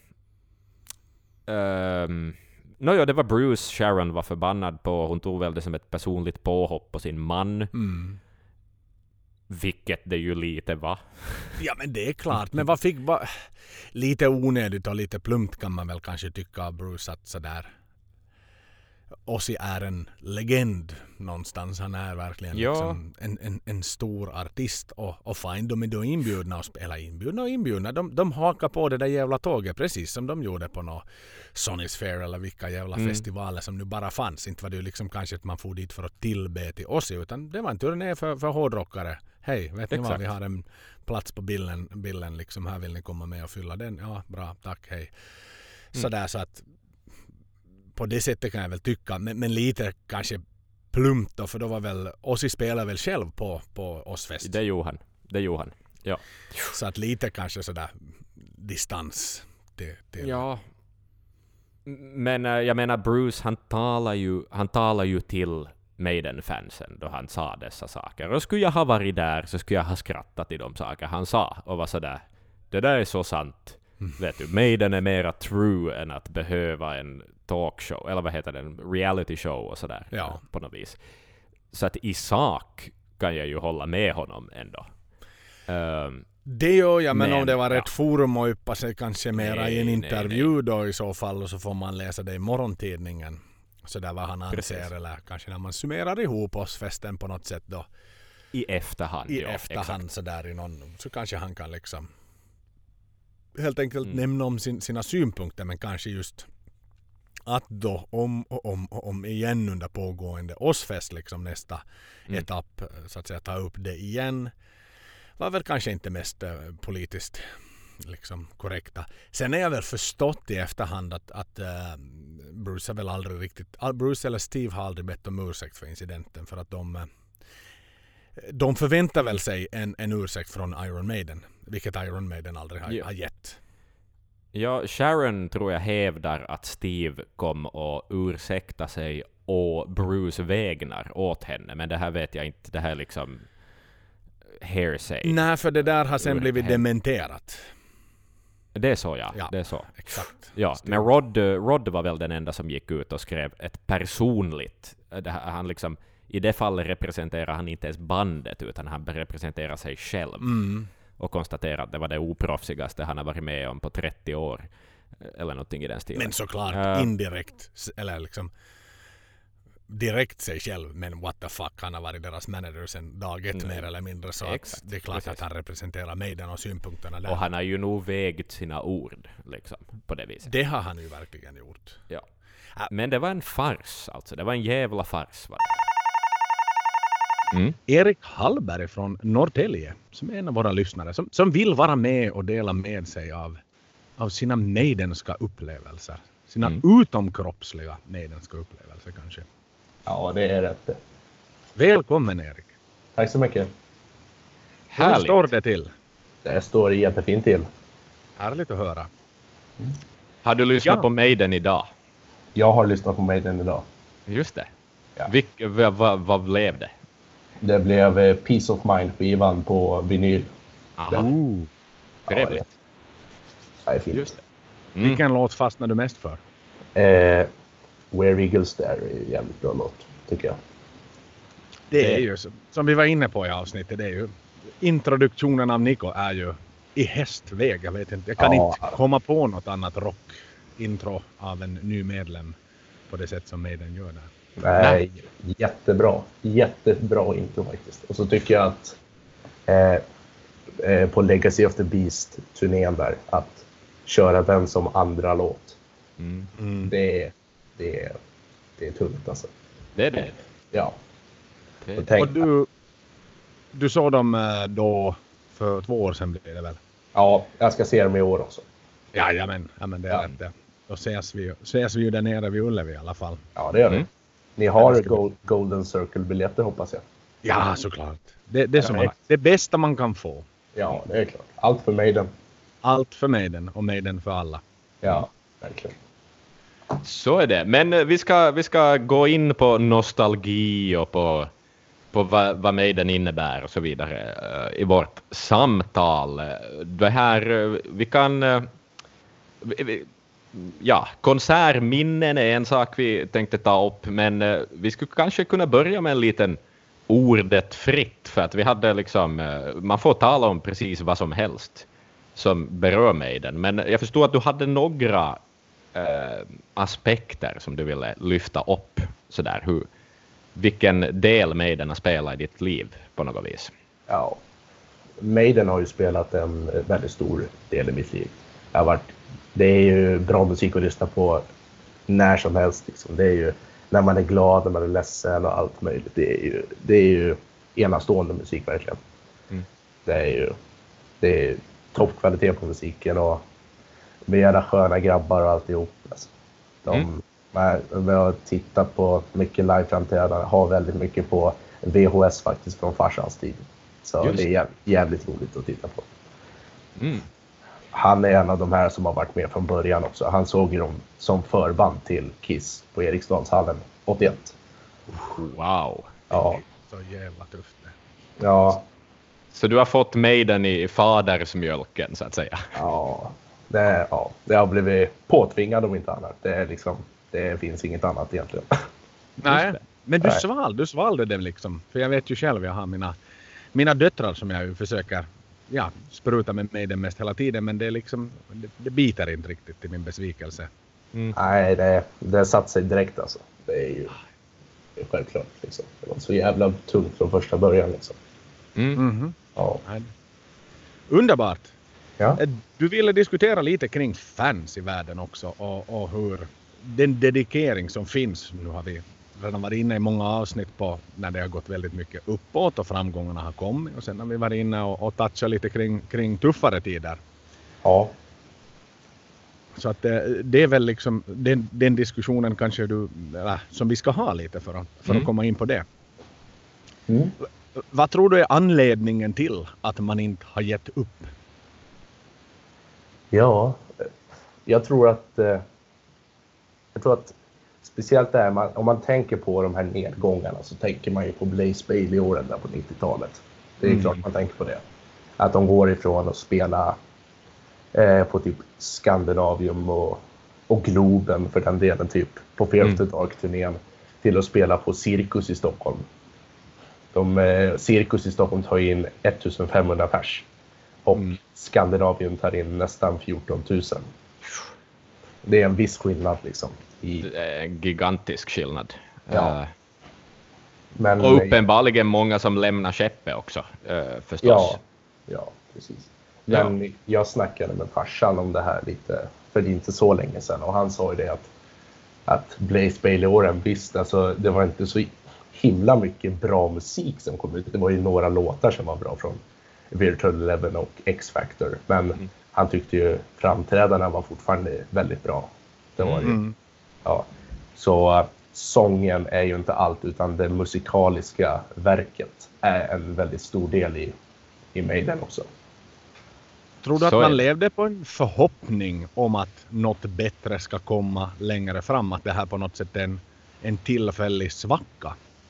Um, Nåja, det var Bruce Sharon var förbannad på. Hon tog väl det som ett personligt påhopp på sin man. Mm. Vilket det ju lite var. Ja, men det är klart. Men vad fick... Va, lite onödigt och lite plumpt kan man väl kanske tycka av Bruce att sådär... Ozzy är en legend någonstans. Han är verkligen ja. liksom en, en, en stor artist. Och, och fine, de är då inbjudna och spela inbjudna och inbjudna. De, de hakar på det där jävla tåget precis som de gjorde på något Sonny's Fair eller vilka jävla mm. festivaler som nu bara fanns. Inte var det ju liksom kanske att man får dit för att tillbe till Ozzy, utan det var en turné för, för hårdrockare. Hej, vet ni vad, vi har en plats på bilden, bilden liksom, här vill ni komma med och fylla den? Ja, bra, tack, hej. Mm. Sådär, så att på det sättet kan jag väl tycka, men, men lite kanske plumpt då, för då var väl Ozzy spelade väl själv på, på Ozzfest. Det gjorde han, det gjorde han, ja. Så att lite kanske sådär distans till, till. Ja, men jag menar Bruce, han talar ju, han talar ju till Maiden-fansen då han sa dessa saker. Och skulle jag ha varit där så skulle jag ha skrattat i de saker han sa och var sådär, det där är så sant. Mm. Vet du, Maiden är mera true än att behöva en talkshow, eller vad heter det, en reality show och sådär, ja. På något vis. Så att i sak kan jag ju hålla med honom ändå. Um, det gör jag, men, men om det var ja. ett forum och yppa sig kanske mera nej, i en intervju nej, nej. Då i så fall, och så får man läsa det i morgontidningen. Så där vad han anser, precis. Eller kanske när man summerar ihop oss festen på något sätt då. I efterhand, I ja, efterhand exakt. Så där i någon, så kanske han kan liksom helt enkelt mm. nämna om sin, sina synpunkter, men kanske just att då om och om och om igen under pågående Ozzfest liksom nästa mm. etapp så att säga ta upp det igen var väl kanske inte mest äh, politiskt liksom korrekta. Sen är jag väl förstått i efterhand att, att äh, Bruce har väl aldrig riktigt, Bruce eller Steve har aldrig bett om ursäkt för incidenten, för att de äh, de förväntar väl sig en, en ursäkt från Iron Maiden, vilket Iron Maiden aldrig har, ja. har gett. Ja, Sharon tror jag hävdar att Steve kom och ursäkta sig och Bruce vägnar åt henne, men det här vet jag inte, det här är liksom hearsay. Nej, för det där har sen blivit hem. dementerat. Det är så, ja. ja det är så. Exakt. Ja, men Rod, Rod var väl den enda som gick ut och skrev ett personligt, det här, han liksom, i det fallet representerar han inte ens bandet utan han representerar sig själv. Mm. Och konstaterar att det var det oproffsigaste han har varit med om på trettio år. Eller någonting i den stilen. Men såklart uh, indirekt, eller liksom direkt sig själv, men what the fuck, han har varit deras manager sedan dag ett mm. mer eller mindre, så att det är klart precis. Att han representerar Maiden och synpunkterna där. Och han har ju nog vägt sina ord liksom, på det viset. Det har han ju verkligen gjort. Ja. Uh, men det var en fars alltså, det var en jävla fars. Va? Mm. Erik Hallberg från Norrtälje, som är en av våra lyssnare, som, som vill vara med och dela med sig av, av sina maidenska upplevelser. Sina mm. utomkroppsliga maidenska upplevelser kanske. Ja, det är rätt. Välkommen Erik. Tack så mycket. Hur står det till? Det står jättefint till. Härligt att höra. Mm. Har du lyssnat ja. på Maiden idag? Jag har lyssnat på Maiden idag. Just det. Ja. Vilk, vad, vad, vad blev det? Det blev Peace of Mind-skivan på vinyl. Aha. Oh, trevligt. Ja, det är fint. Just det. Mm. Vilken låt fastnar du mest för? Eh, Where Eagles There är en jävligt bra låt, tycker jag. Det är ju, som vi var inne på i avsnittet, det är ju introduktionen av Nico är ju i hästväg. Jag vet inte, jag kan ja. inte komma på något annat rock-intro av en ny medlem på det sätt som Maiden gör där. Nej, jättebra. Jättebra intro faktiskt. Och så tycker jag att eh, eh, på Legacy of the Beast-turnén där, att köra den som andra låt. Mm. Mm. Det, är, det, är, det är tungt alltså. Det är det. Ja. Okay. Och, tänk, och du, du såg dem då för två år sedan blir det väl? Ja, jag ska se dem i år också. Ja, ja men, ja, men det är ja. rätt det. Då ses vi, ses vi ju där nere vid Ullevi i alla fall. Ja, det gör vi. Mm. Ni har ska... gold, Golden Circle-biljetter hoppas jag. Ja, såklart. Det, det, är som man, det bästa man kan få. Ja, det är klart. Allt för Maiden. Allt för Maiden och Maiden för alla. Ja, verkligen. Så är det. Men vi ska, vi ska gå in på nostalgi och på, på vad, vad Maiden innebär och så vidare uh, i vårt samtal. Det här, uh, vi kan... Uh, vi, Ja, konsertminnen är en sak vi tänkte ta upp, men uh, vi skulle kanske kunna börja med en liten ordet fritt, för att vi hade liksom, uh, man får tala om precis vad som helst som berör Maiden, men jag förstår att du hade några eh, aspekter som du ville lyfta upp sådär? Hur, vilken del Maiden har spelat i ditt liv på något vis? Ja, Maiden har ju spelat en väldigt stor del i mitt liv. Jag har varit, det är ju bra musik att lyssna på när som helst. Liksom. Det är ju när man är glad, när man är ledsen och allt möjligt. Det är ju, det är ju enastående musik verkligen. Mm. Det är ju det är toppkvalitet på musiken och med era sköna grabbar och alltihop. Alltså. De, mm. man, vi har tittat på mycket live-framträdanden, har väldigt mycket på V H S faktiskt från farsans tid. Så Just. det är jävligt, jävligt roligt att titta på. Mm. Han är en av de här som har varit med från början också. Han såg ju dem som förband till Kiss på Eriksdalshallen åttioett. Wow. Ja. Så jävla tufft det. Ja. Så du har fått Maiden i fadersmjölken så att säga? Ja. Det, ja. det har blivit påtvingad om inte annat. Det, är liksom, det finns inget annat egentligen. Nej, men du svalde, du svalde det liksom. För jag vet ju själv, jag har mina, mina döttrar som jag ju försöker ja, spruta med Maiden mest hela tiden. Men det, är liksom, det, det biter inte riktigt till min besvikelse. Mm. Nej, det, det satt sig direkt alltså. Det är ju det är självklart. Liksom. Det var så jävla tungt från första början. Liksom. Mm. Mm-hmm. Ja. Underbart. Ja. Du ville diskutera lite kring fans i världen också och, och hur den dedikering som finns. Nu har vi redan varit inne i många avsnitt på när det har gått väldigt mycket uppåt och framgångarna har kommit. Och sen har vi varit inne och, och touchat lite kring, kring tuffare tider. Ja. Så att det, det är väl liksom den, den diskussionen kanske du, eller, som vi ska ha lite för att, för mm. att komma in på det. Mm. Vad tror du är anledningen till att man inte har gett upp? Ja, jag tror att jag tror att speciellt där man, om man tänker på de här nedgångarna så tänker man ju på Blaze Bayley-åren där på nittiotalet. Det är mm. klart man tänker på det. Att de går ifrån att spela eh, på typ Skandinavium och, och Globen för den delen typ på Fear of the Dark-turnén till att spela på Cirkus i Stockholm. De, eh, Cirkus i Stockholm tar in ettusenfemhundra pers. Och mm. Skandinavien tar in nästan fjorton tusen. Det är en viss skillnad liksom. I... Det är en gigantisk skillnad. Ja. Uh, Men, och uppenbarligen många som lämnar skeppet också, uh, förstås. Ja, ja precis. Men ja. jag snackade med farsan om det här lite för det inte så länge sedan. Och han sa ju det att, att Blaze Bayley-åren, visst, alltså, det var inte så himla mycket bra musik som kom ut. Det var ju några låtar som var bra från Virtual Eleven och X-Factor. Men mm. han tyckte ju framträdarna var fortfarande väldigt bra. Det var ju, mm. ja. Så uh, sången är ju inte allt utan det musikaliska verket är en väldigt stor del i, i Maiden också. Tror du att man levde på en förhoppning om att något bättre ska komma längre fram? Att det här på något sätt är en, en tillfällig svacka?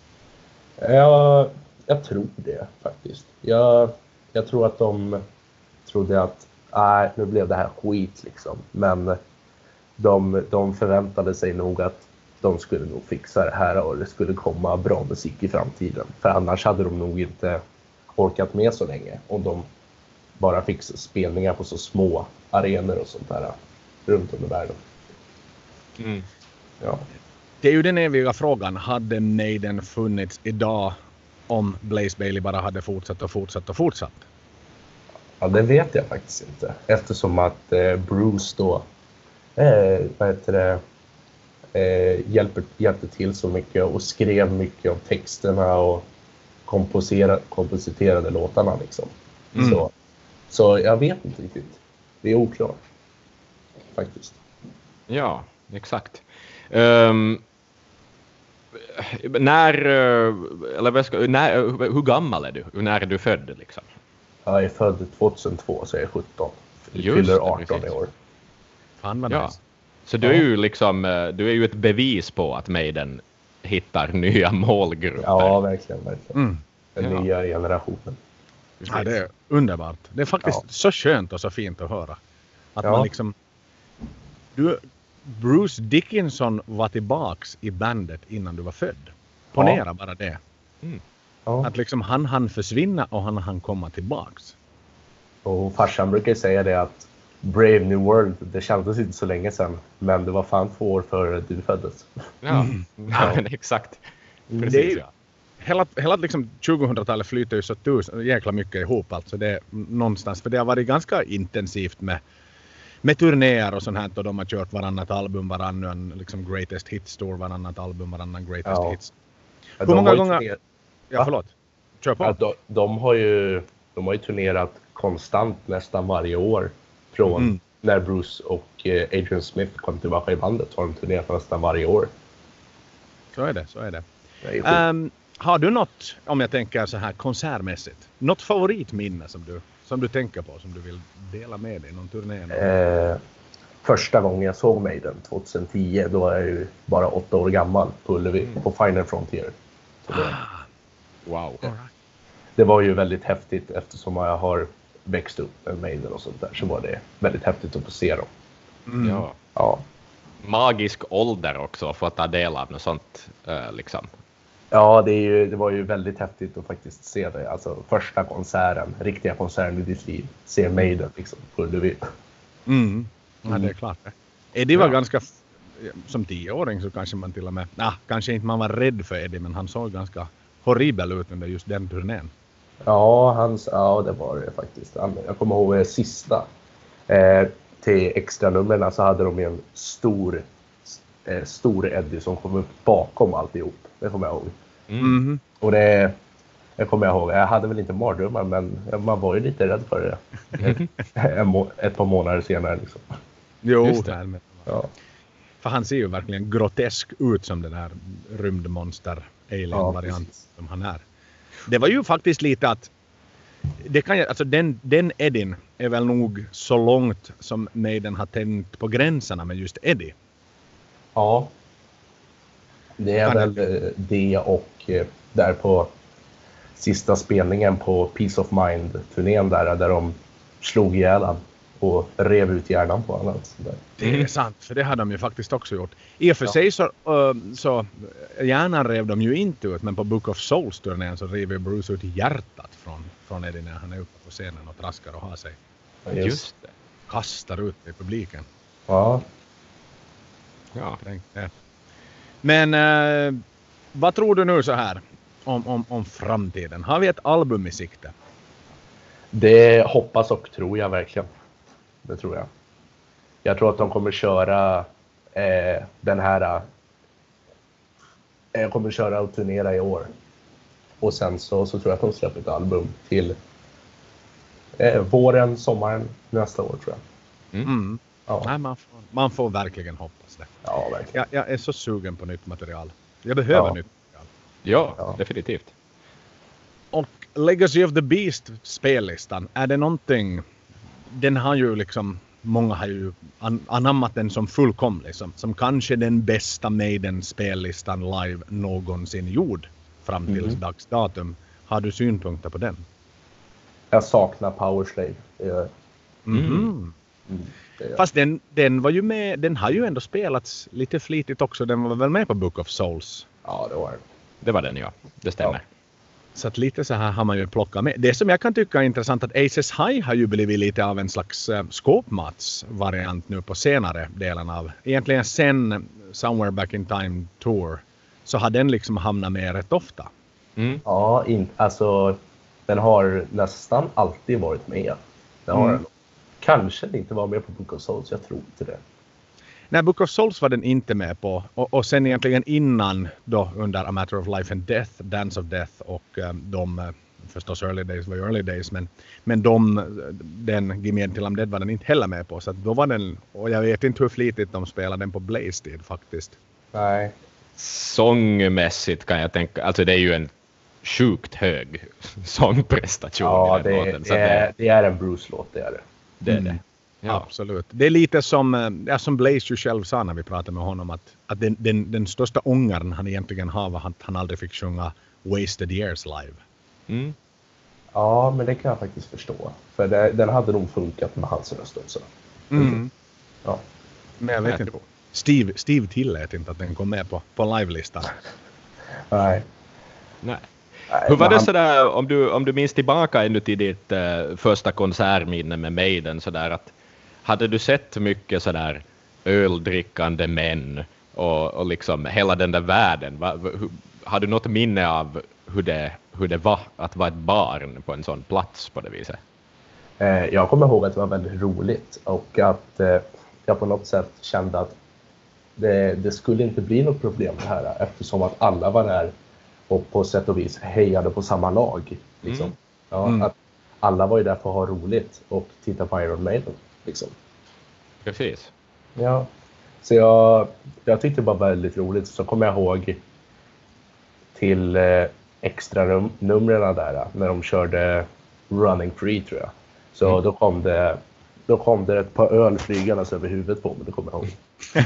Ja, jag tror det faktiskt. Jag, jag tror att de trodde att nej, nu blev det här skit liksom. Men de, de förväntade sig nog att de skulle nog fixa det här och det skulle komma bra musik i framtiden. För annars hade de nog inte orkat med så länge om de bara fick spelningar på så små arenor och sånt där runt om i världen. Mm. Ja. Det är ju den eviga frågan. Hade Maiden funnits idag om Blaze Bayley bara hade fortsatt och fortsatt och fortsatt? Ja, det vet jag faktiskt inte. Eftersom att eh, Bruce då eh, vad heter det, eh, hjälper, hjälpte till så mycket och skrev mycket av texterna och komposerade, kompositerade låtarna liksom. Mm. Så, så jag vet inte riktigt. Det är oklart. Faktiskt. Ja, exakt. Um, när, eller vad ska, när, hur gammal är du? När är du född liksom? Jag är född tjugohundratvå så jag är sjutton. Jag fyller arton i år. Fan vad ja. nice. Så du är ju liksom, du är ju ett bevis på att Maiden hittar nya målgrupper. Ja, verkligen, verkligen. Mm. Den ja. nya generationen. Ja, det är underbart. Det är faktiskt ja. så skönt och så fint att höra. Att ja. man liksom... Du, Bruce Dickinson var tillbaks i bandet innan du var född. Ponera ja. bara det. Mm. Ja. Att liksom han hann försvinna och han hann komma tillbaks. Och farsan brukar säga det att Brave New World, det kändes inte så länge sedan. Men det var fan två år före du föddes. Ja, mm. ja men exakt. Precis, det är ju, ja. Hela, hela liksom tjugohundratalet flyter ju så tusen, jäkla mycket ihop alltså det är någonstans. För det har varit ganska intensivt med, med turnéer och sånt här. Och de har kört varannat album, varannan liksom greatest hits tour, varannat album, varannan greatest Ja. hits. Ja, Hur många har ju gånger... turner- Ja, Va? förlåt. Kör på. Ja, de, de, har ju, de har ju turnerat konstant nästan varje år. Från Mm. när Bruce och eh, Adrian Smith kom tillbaka i bandet har de turnerat nästan varje år. Så är det, så är det. Det är sjukt. Um, har du något, om jag tänker så här konsertmässigt, något favoritminne som du, som du tänker på, som du vill dela med dig, någon turné? Eh, första gången jag såg Maiden tjugohundratio, då var jag ju bara åtta år gammal på Ullevi, Mm. på Final Frontier. Så det, Wow. All right. det var ju väldigt häftigt eftersom jag har växt upp med Maiden och sånt där, så var det väldigt häftigt att få se dem. Mm. Ja. Ja, Magisk ålder också för att ta del av något sånt eh, liksom. ja det, är ju, det var ju väldigt häftigt att faktiskt se det. Alltså första konserten, riktiga konserten i ditt liv. Se Maiden liksom på Ullevi. Mm. Ja, det är klart det. Eddie var Ja. ganska, f- som tioåring så kanske man till och med, nah, kanske inte man var rädd för Eddie, men han såg ganska horribel ut under just den turnén. Ja, hans, ja, det var det faktiskt. Han- Jag kommer ihåg det sista. Eh, till extra numren så hade de en stor, eh, stor Eddie som kom upp bakom alltihop. Det kommer jag ihåg. Mm. Och det, jag kommer ihåg, jag hade väl inte mardrömmar, men man var ju lite rädd för det. en må, ett par månader senare liksom. Jo, Just det. här med- Ja. för han ser ju verkligen grotesk ut som den där rymdmonster alien-variant precis. som han är. Det var ju faktiskt lite att det kan jag, alltså den, den Eddien är väl nog så långt som Maiden har tänkt på gränserna med just Eddie. Ja. Det är Kan väl eh, det och eh, där på sista spelningen på Peace of Mind-turnén där, där de slog ihjäl han och rev ut hjärnan på honom. Så där. Det är sant, för det har de ju faktiskt också gjort. I och för Ja. sig så, uh, så hjärnan rev de ju inte ut, men på Book of Souls-turnén så rev Bruce ut hjärtat från, från Eddie när han är uppe på scenen och traskar och har sig. Just det. Kastar ut i publiken. Ja. Ja. Tänk det. Men uh, vad tror du nu så här om, om, om framtiden? Har vi ett album i sikte? Det hoppas och tror jag verkligen. Det tror jag. Jag tror att de kommer köra eh, den här... Eh, kommer köra och turnera i år. Och sen så, så tror jag att de släpper ett album till eh, våren, sommaren nästa år tror jag. Mm. Ja, Nej, man, får, man får verkligen hoppas det. ja verkligen. Jag, jag är så sugen på nytt material. Jag behöver Ja. nytt material. Ja, Ja. definitivt. Och Legacy of the Beast spellistan, är det någonting, den har ju liksom, många har ju an, anammat den som fullkomlig, som, som kanske den bästa Maiden spellistan live någonsin gjord fram till Mm. dags datum. Har du synpunkter på den? Jag saknar Powerslave. Det gör- Mhm. Mm, det gör jag. Fast den, den var ju med, den har ju ändå spelats lite flitigt också, den var väl med på Book of Souls. Ja, det var det. Det var den, ja. Det stämmer. Så att lite så här har man ju plockat med. Det som jag kan tycka är intressant att Aces High har ju blivit lite av en slags äh, skåpmatsvariant nu på senare delen av. Egentligen sen Somewhere Back in Time Tour så har den liksom hamnat med rätt ofta. Mm. Ja, in, alltså den har nästan alltid varit med. Det har Mm. den. Kanske inte var med på Book of Souls, jag tror inte det. Nej, Book of Souls var den inte med på. Och, och sen egentligen innan då under A Matter of Life and Death, Dance of Death och um, de, uh, förstås Early Days var ju Early Days, men, men de, den Gimme Until I'm Dead var den inte heller med på. Så att då var den, och jag vet inte hur flitigt de spelade den på Blaze-tid faktiskt. Nej. Sångmässigt kan jag tänka, alltså det är ju en sjukt hög sångprestation Ja, i den det, låten. Så det, det, är, det är en Bruce-låt, det är det. det är Mm. det. Ja. Absolut. Det är lite som, eh, ja, som Blaze ju själv sa när vi pratade med honom, att, att den, den, den största ångern han egentligen har var att han aldrig fick sjunga Wasted Years live. Mm. Ja, men det kan jag faktiskt förstå. För det, den hade nog funkat med hans röst också. Mm. Ja. Men jag vet Jag inte. tror. Steve, Steve tillät inte att den kom med på, på live-listan. Nej. Nej. Nej, Hur var men det han- sådär, om du, om du minns tillbaka ännu till ditt uh, första konsertminne med Maiden, sådär att hade du sett mycket sådär öldrickande män och, och liksom hela den där världen? Va, va, hur, har du något minne av hur det, hur det var att vara ett barn på en sån plats på det viset? Eh, jag kommer ihåg att det var väldigt roligt och att eh, jag på något sätt kände att det, det skulle inte bli något problem det här eftersom att alla var där och på sätt och vis hejade på samma lag. Liksom. Mm. Ja, Mm. att alla var ju där för att ha roligt och titta på Iron Maiden. Liksom. Precis. Ja, så jag, jag tyckte det var väldigt roligt. Så kommer jag ihåg till eh, extra num- numren där när de körde Running Free tror jag. Så Mm. då kom det då kom det ett par öl flygandes över huvudet på mig, det kommer jag ihåg.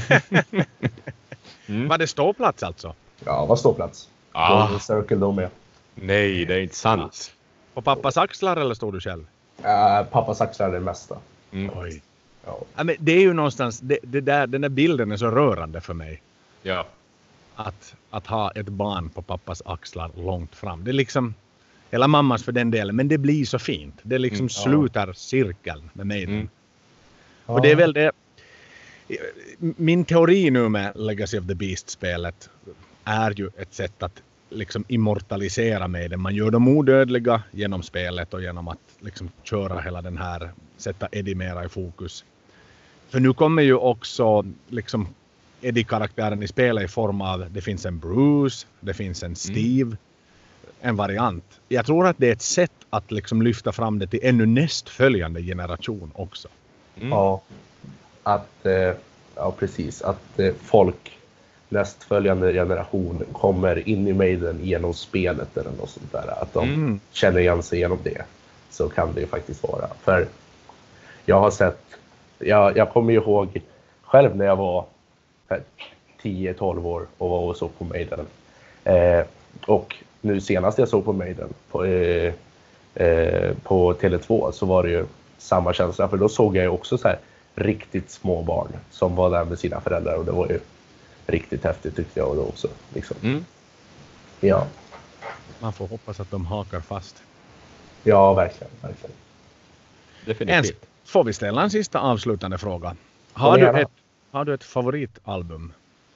Mm. Var det ståplats alltså? Ja, vad ståplats? Ah. Golden Circle då med. Nej, det är inte sant. På pappas axlar eller stod du själv? Uh, pappas axlar är det mesta. Mm. Oj. Ja. Ja, men det är ju någonstans, det, det där, den där bilden är så rörande för mig. Ja. Att, att ha ett barn på pappas axlar långt fram. Det är liksom, eller mammas för den delen, men det blir så fint. Det liksom Mm, ja. slutar cirkeln med mig. Mm. Ja. Och det är väl det, min teori nu med Legacy of the Beast-spelet är ju ett sätt att liksom immortalisera med det. Man gör dem odödliga genom spelet och genom att liksom köra hela den här, sätta Eddie mera i fokus. För nu kommer ju också liksom Eddie-karaktären i spelet i form av, det finns en Bruce, det finns en Steve, mm. en variant. Jag tror att det är ett sätt att liksom lyfta fram det till ännu nästföljande generation också. Mm. Ja, att, eh, ja precis, att eh, folk nästföljande generation kommer in i Maiden genom spelet eller något sånt där. Att de Mm. känner igen sig genom det. Så kan det ju faktiskt vara. För jag har sett, jag, jag kommer ju ihåg själv när jag var tio tolv år och var och såg på Maiden. Eh, och nu senast jag såg på Maiden på, eh, eh, på Tele två så var det ju samma känsla. För då såg jag ju också så här riktigt små barn som var där med sina föräldrar och det var ju riktigt häftigt tyckte jag då också. Liksom. Mm. Ja. Man får hoppas att de hakar fast. Ja, verkligen. verkligen. Definitivt. En, får vi ställa en sista avslutande fråga? Har Kom du, igen. ett, har du ett favoritalbum?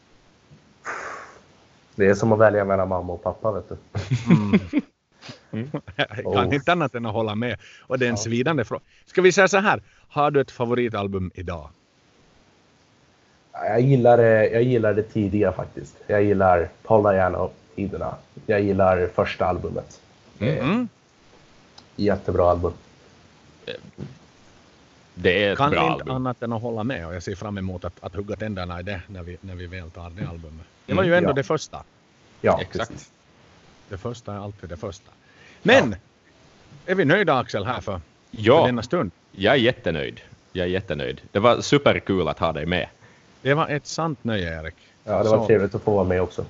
Det är som att välja mellan mamma och pappa, vet du. Mm. Mm. Jag kan Oh. inte annat än att hålla med. Och det är en Ja. svidande fråga. Ska vi säga så här? Har du ett favoritalbum idag? Jag gillar det, jag gillar det tidiga faktiskt. Jag gillar Paul Diano-tiderna. Jag gillar första albumet. Mm. Jättebra album. Det är ett Kan bra inte album. annat än att hålla med. Och jag ser fram emot att, att hugga tänderna i det när vi, när vi väl tar det albumet. Det var ju ändå Ja. det första. Ja, Exakt. precis. Det första är alltid det första. Men, är vi nöjda Axel här för, för Ja, denna stund? jag är jättenöjd. Jag är jättenöjd. Det var superkul att ha dig med. Det var ett sant nöje, Erik. Ja, det var Så- trevligt att få vara med också.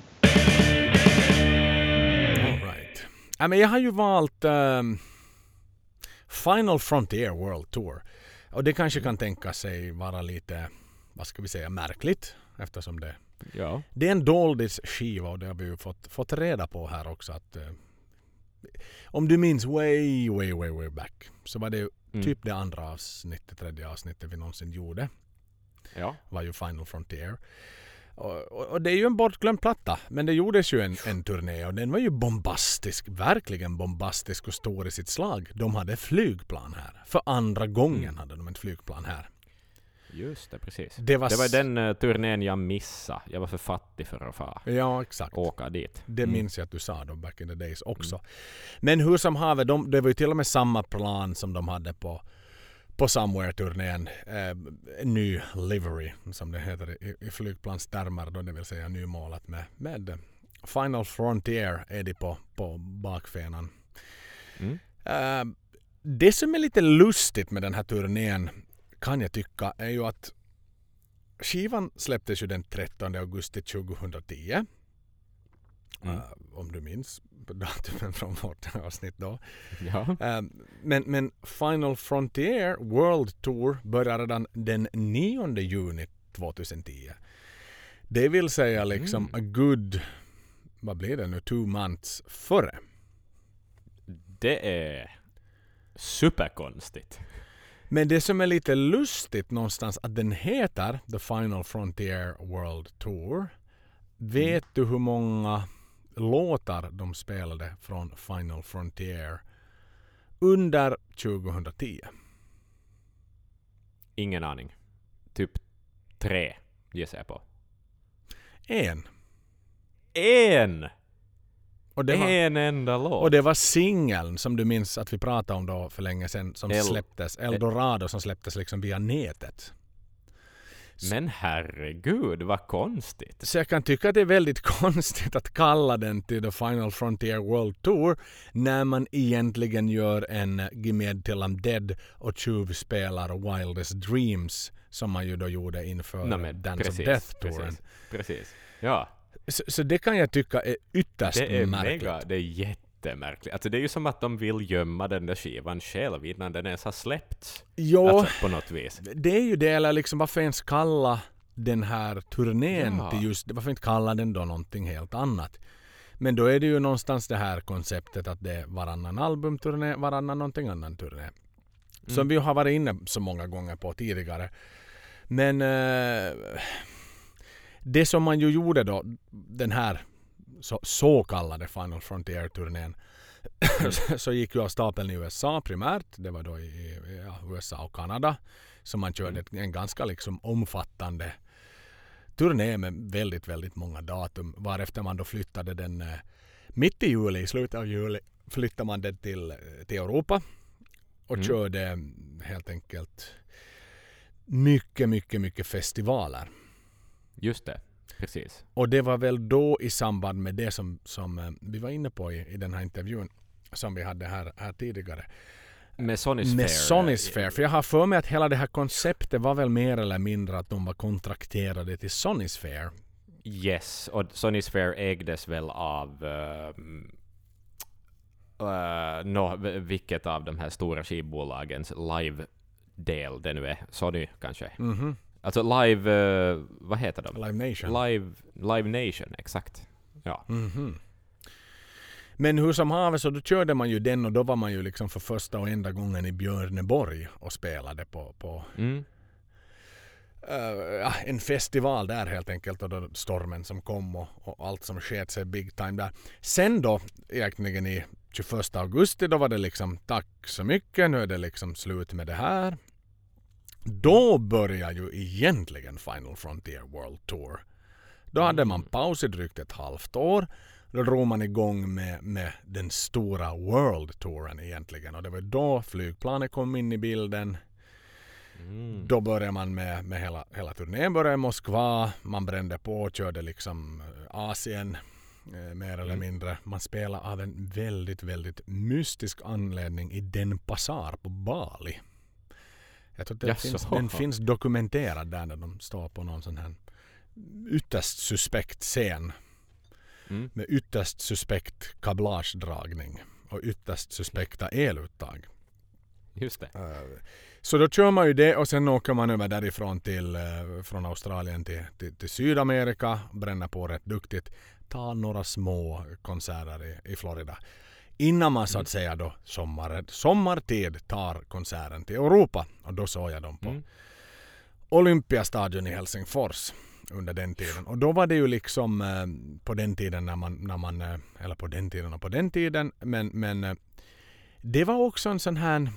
All right. Ja, men jag har ju valt um, Final Frontier World Tour. Och det kanske kan tänka sig vara lite, vad ska vi säga, märkligt. Eftersom det, Ja. det är en Doldis skiva och det har vi ju fått, fått reda på här också. Att, uh, om du minns way, way, way, way back så var det ju Mm. typ det andra avsnittet, tredje avsnittet vi någonsin gjorde. Ja. Var ju Final Frontier. Och, och, och det är ju en bortglömd platta. Men det gjordes ju en, en turné och den var ju bombastisk. Verkligen bombastisk och stor i sitt slag. De hade flygplan här. För andra gången Mm. hade de ett flygplan här. Just det, precis. Det var, Det var s- den uh, turnén jag missade. Jag var för fattig för att få Ja, exakt. åka dit. Det Mm. minns jag att du sa då back in the days också. Men hur som haver, de, det var ju till och med samma plan som de hade på på Somewhere-turnén. Eh, en ny livery som det heter i, i flygplanstermer då, det vill säga nymålat med, med Final Frontier är det på, på bakfenan. Mm. Eh, det som är lite lustigt med den här turnén kan jag tycka är ju att skivan släpptes ju den trettonde augusti tjugohundratio. Mm. Uh, om du minns datumen från vårt avsnitt då. Ja. Uh, men, men Final Frontier World Tour börjar redan den nionde juni tjugohundratio. Det vill säga liksom Mm. a good, vad blir det nu, two months före. Det är superkonstigt. Men det som är lite lustigt någonstans att den heter The Final Frontier World Tour. Vet mm. du hur många låtar de spelade från Final Frontier under tjugohundratio? Ingen aning. Typ tre gissar jag på. En. En! Och det var, en enda låt. Och det var singeln som du minns att vi pratade om då för länge sedan som El- släpptes. Eldorado som släpptes liksom via nätet. Men herregud, vad konstigt. Så jag kan tycka att det är väldigt konstigt att kalla den till The Final Frontier World Tour när man egentligen gör en Gimed Till I'm Dead och tjuvspelar Wildest Dreams som man ju då gjorde inför no, men, Dance precis, of Death-touren. Precis, precis. Ja. Så, så det kan jag tycka är ytterst det är märkligt. Mega, det är jättemärkligt. Alltså det är ju som att de vill gömma den där skivan själv innan den ens har släppts. Ja, alltså, på något vis. Det är ju det, eller liksom varför ens kalla den här turnén ja. till just, varför inte kalla den då någonting helt annat? Men då är det ju någonstans det här konceptet att det är varannan albumturné, varannan någonting annan turné. Mm. Som vi har varit inne så många gånger på tidigare. Men eh, det som man ju gjorde då, den här så, så kallade Final Frontier-turnén, så gick ju av stapeln i U S A primärt. Det var då i ja, U S A och Kanada. Så man körde mm. en ganska liksom omfattande turné med väldigt, väldigt många datum. Varefter man då flyttade den eh, mitt i juli, i slutet av juli, flyttade man den till, till Europa. Och mm. körde helt enkelt mycket, mycket, mycket festivaler. Just det, precis. Och det var väl då i samband med det som, som vi var inne på i, i den här intervjun som vi hade här, här tidigare. Med Sonisphere. Med Sonisphere. För jag har för mig att hela det här konceptet var väl mer eller mindre att de var kontrakterade till Sonisphere. Yes, och Sonisphere ägdes väl av uh, uh, no, vilket av de här stora skivbolagens live-del det nu är. Sony kanske. Mm-hmm. Alltså live, uh, vad heter de? Live Nation. Live, live Nation, exakt. Ja. Mm-hmm. Men hur som haver så då körde man ju den och då var man ju liksom för första och enda gången i Björneborg och spelade på, på mm. uh, en festival där helt enkelt och då stormen som kom och, och allt som sket sig big time där. Sen då egentligen i tjugoförsta augusti då var det liksom tack så mycket, nu är det liksom slut med det här. Då börjar ju egentligen Final Frontier World Tour. Då hade man paus i drygt ett halvt år. Då drog man igång med, med den stora World Touren egentligen. Och det var då flygplanet kom in i bilden. Mm. Då började man med, med hela, hela turnén. Började i Moskva. Man brände på och körde liksom Asien eh, mer eller mm. mindre. Man spelade av en väldigt, väldigt mystisk anledning i Den Pasar på Bali. Jag tror att den, finns, den finns dokumenterad där när de står på någon sån här ytterst suspekt scen. Mm. Med ytterst suspekt kablagedragning och ytterst suspekta eluttag. Just det. Uh, så då kör man ju det och sen åker man över därifrån till, uh, från Australien till, till, till Sydamerika, bränner på rätt duktigt, tar några små konserter i, i Florida. Innan man så att säga då sommar, sommartid tar konserten till Europa och då såg jag dem på mm. Olympiastadion i Helsingfors under den tiden. Och då var det ju liksom eh, på den tiden när man, när man eh, eller på den tiden och på den tiden men, men eh, det var också en sån här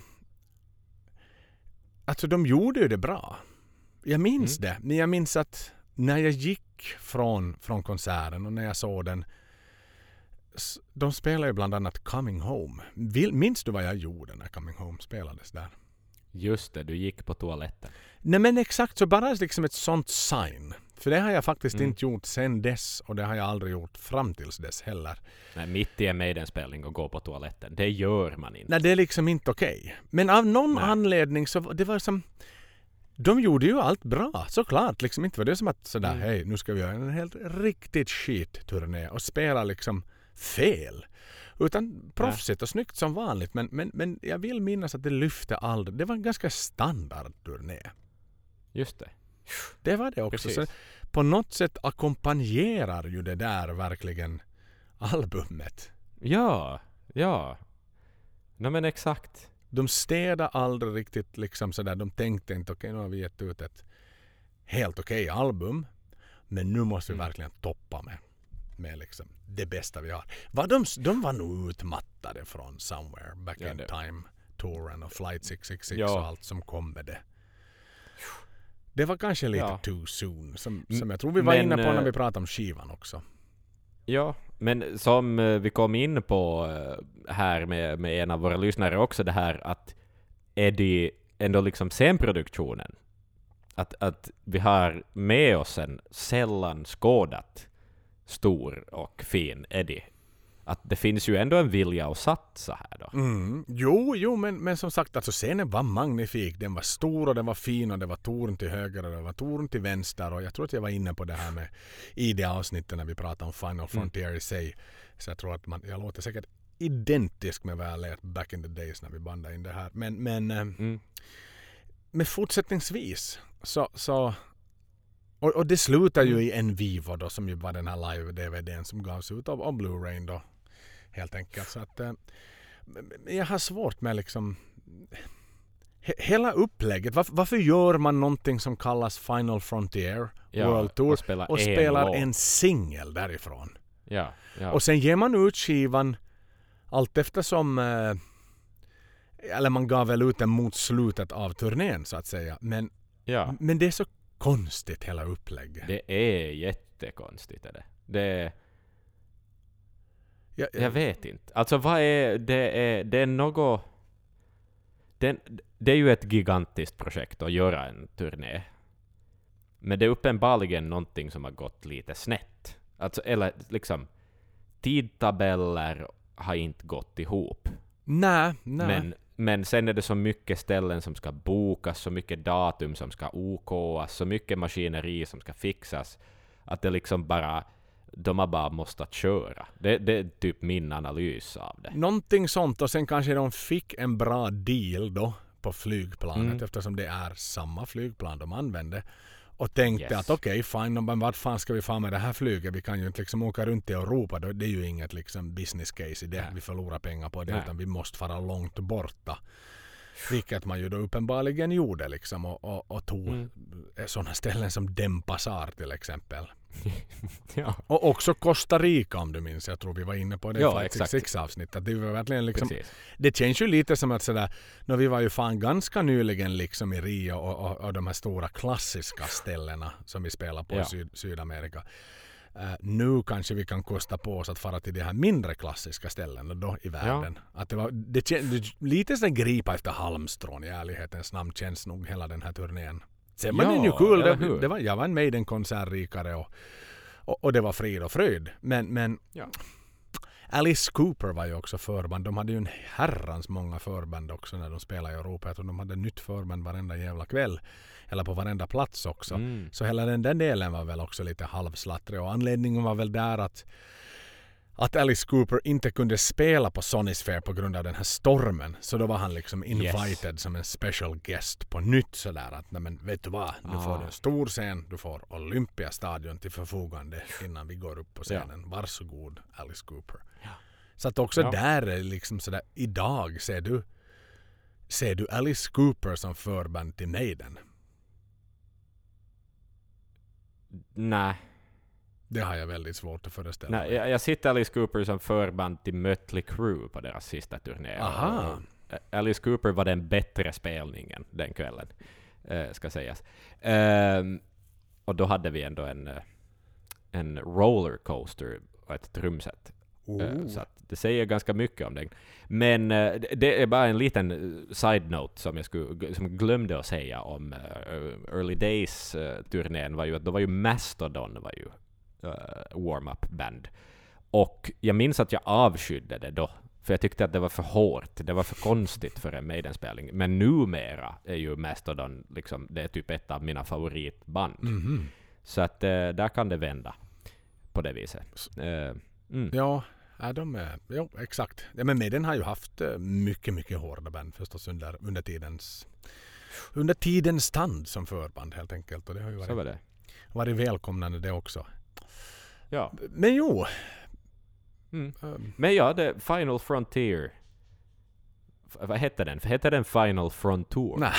alltså de gjorde ju det bra. Jag minns mm. det, men jag minns att när jag gick från, från konserten och när jag såg den de spelade ju bland annat Coming Home. Minns du vad jag gjorde när Coming Home spelades där? Just det, du gick på toaletten. Nej men exakt, så bara liksom ett sånt sign. För det har jag faktiskt mm. inte gjort sen dess och det har jag aldrig gjort fram tills dess heller. Nej, mitt i en Maiden-spelning och gå på toaletten. Det gör man inte. Nej, det är liksom inte okej. Okay. Men av någon Nej. anledning så det var som de gjorde ju allt bra, såklart. Liksom inte var det som att sådär, mm. hej, nu ska vi göra en helt riktigt skit-turné och spela liksom fel. Utan proffsigt och snyggt som vanligt. Men, men, men jag vill minnas att det lyfte aldrig. Det var en ganska standard turné. Just det. Det var det också. Så på något sätt ackompanjerar ju det där verkligen albumet. Ja, ja. Nej men exakt. de städade aldrig riktigt liksom sådär. De tänkte inte okej, okay, nu har vi gett ut ett helt okej okay album. Men nu måste vi mm. verkligen toppa med, med liksom det bästa vi har. Var de, de var nog utmattade från Somewhere Back ja, in det. Time, touren och Flight sex sex sex ja. och allt som kom med det. Det var kanske lite ja. too soon. Som, som jag tror vi var men, inne på när vi pratade om skivan också. Ja, men som vi kom in på här med, med en av våra lyssnare också, det här att är det ändå liksom scenproduktionen? Att, att vi har med oss en sällan skådat stor och fin Eddie. Att det finns ju ändå en vilja att satsa här då. Mm. Jo, jo men, men som sagt, alltså scenen var magnifik. Den var stor och den var fin och det var torn till höger och det var torn till vänster. Och jag tror att jag var inne på det här med i det avsnittet när vi pratade om Final Frontier mm. i sig. Så jag tror att man, jag låter säkert identisk med vad jag lät back in the days när vi bandade in det här. Men, men, mm. men fortsättningsvis så... så och, och det slutar ju i En Vivo då, som ju var den här live-D V D:n som gavs ut av, av Blu-ray då. Helt enkelt. Så att, eh, jag har svårt med liksom he, hela upplägget. Var, varför gör man någonting som kallas Final Frontier ja, World Tour och spelar, och spelar en singel därifrån? Ja, ja. Och sen ger man ut skivan allt eftersom eh, eller man gav väl ut den mot slutet av turnén så att säga. Men, ja. men det är så konstigt hela upplägget. Det är jättekonstigt är det. Det är Ja, jag vet inte. Alltså vad är det är det är något det, det är ju ett gigantiskt projekt att göra en turné. Men det är uppenbarligen någonting som har gått lite snett. Alltså eller liksom tidtabeller har inte gått ihop. Nej, nej. Men men sen är det så mycket ställen som ska bokas, så mycket datum som ska O K:as, så mycket maskineri som ska fixas att det liksom bara de har bara måste köra. Det, det är typ min analys av det. Någonting sånt, och sen kanske de fick en bra deal då på flygplanet mm. eftersom det är samma flygplan de använde. Och tänkte yes. att okej, okay, fine, men vart fan ska vi få med det här flyget? Vi kan ju inte liksom åka runt i Europa. Det är ju inget liksom business case i det. Nej. Vi förlorar pengar på det, Nej. utan vi måste fara långt borta. Vilket man ju då uppenbarligen gjorde liksom, och, och, och tog mm. sådana ställen som Denpasar till exempel. ja. Och också Costa Rica om du minns. Jag tror vi var inne på det ja, Flight sex sex avsnittet. Det var verkligen liksom, det känns ju lite som att sådär, när vi var ju fan ganska nyligen liksom i Rio och, och, och de här stora klassiska ställena som vi spelar på ja. i Syd- Sydamerika. Uh, nu kanske vi kan kosta på oss att fara till de här mindre klassiska ställena då i världen. Ja. Att det var det, det, lite så gripa efter halmstrån i ärlighetens namn känns nog hela den här turnén. Sen var ja, den ju kul. Det, det var, jag var en Maiden-konsertrikare och, och, och det var frid och fröjd. Men, men ja. Alice Cooper var ju också förband. De hade ju en herrans många förband också när de spelade i Europa. Jag tror de hade nytt förband varenda jävla kväll. Eller på varenda plats också. Mm. Så hela den där delen var väl också lite halvslattrig. Och anledningen var väl där att att Alice Cooper inte kunde spela på Sonisphere på grund av den här stormen. Så då var han liksom invited yes. som en special guest på nytt sådär. Att nej, men vet du vad, nu ah. får du en stor scen, du får Olympiastadion till förfogande innan vi går upp på scenen. Ja. Varsågod Alice Cooper. Ja. Så att också ja. där är liksom sådär, idag ser du ser du Alice Cooper som förband till Maiden? Nej. Det har jag väldigt svårt att föreställa Nej, jag, jag sitter Alice Cooper som förband till Mötley Crüe på deras sista turné. Aha. Alice Cooper var den bättre spelningen den kvällen, äh, ska sägas. Ähm, och då hade vi ändå en, en rollercoaster och ett trumset. Oh. Så att det säger ganska mycket om det. Men äh, det är bara en liten side-note som jag skulle, som glömde att säga om äh, Early Days-turnén var ju att då var ju Mastodon var ju Uh, warm-up band. Och jag minns att jag avskydde det då. För jag tyckte att det var för hårt. Det var för konstigt för en Maiden-spelning. Men numera är ju Mastodon liksom, det är typ ett av mina favoritband. Mm-hmm. Så att uh, där kan det vända på det viset. Uh, mm. Ja, är de är, ja, exakt. Ja, men Maiden har ju haft mycket, mycket hårda band förstås under, under tidens under tidens tand som förband helt enkelt. Och det har ju varit, Så var det. varit välkomnande det också. Ja. Men jo. Mm. Um. Men ja, det Final Frontier vad heter den? Heter den Final Frontier? Nej.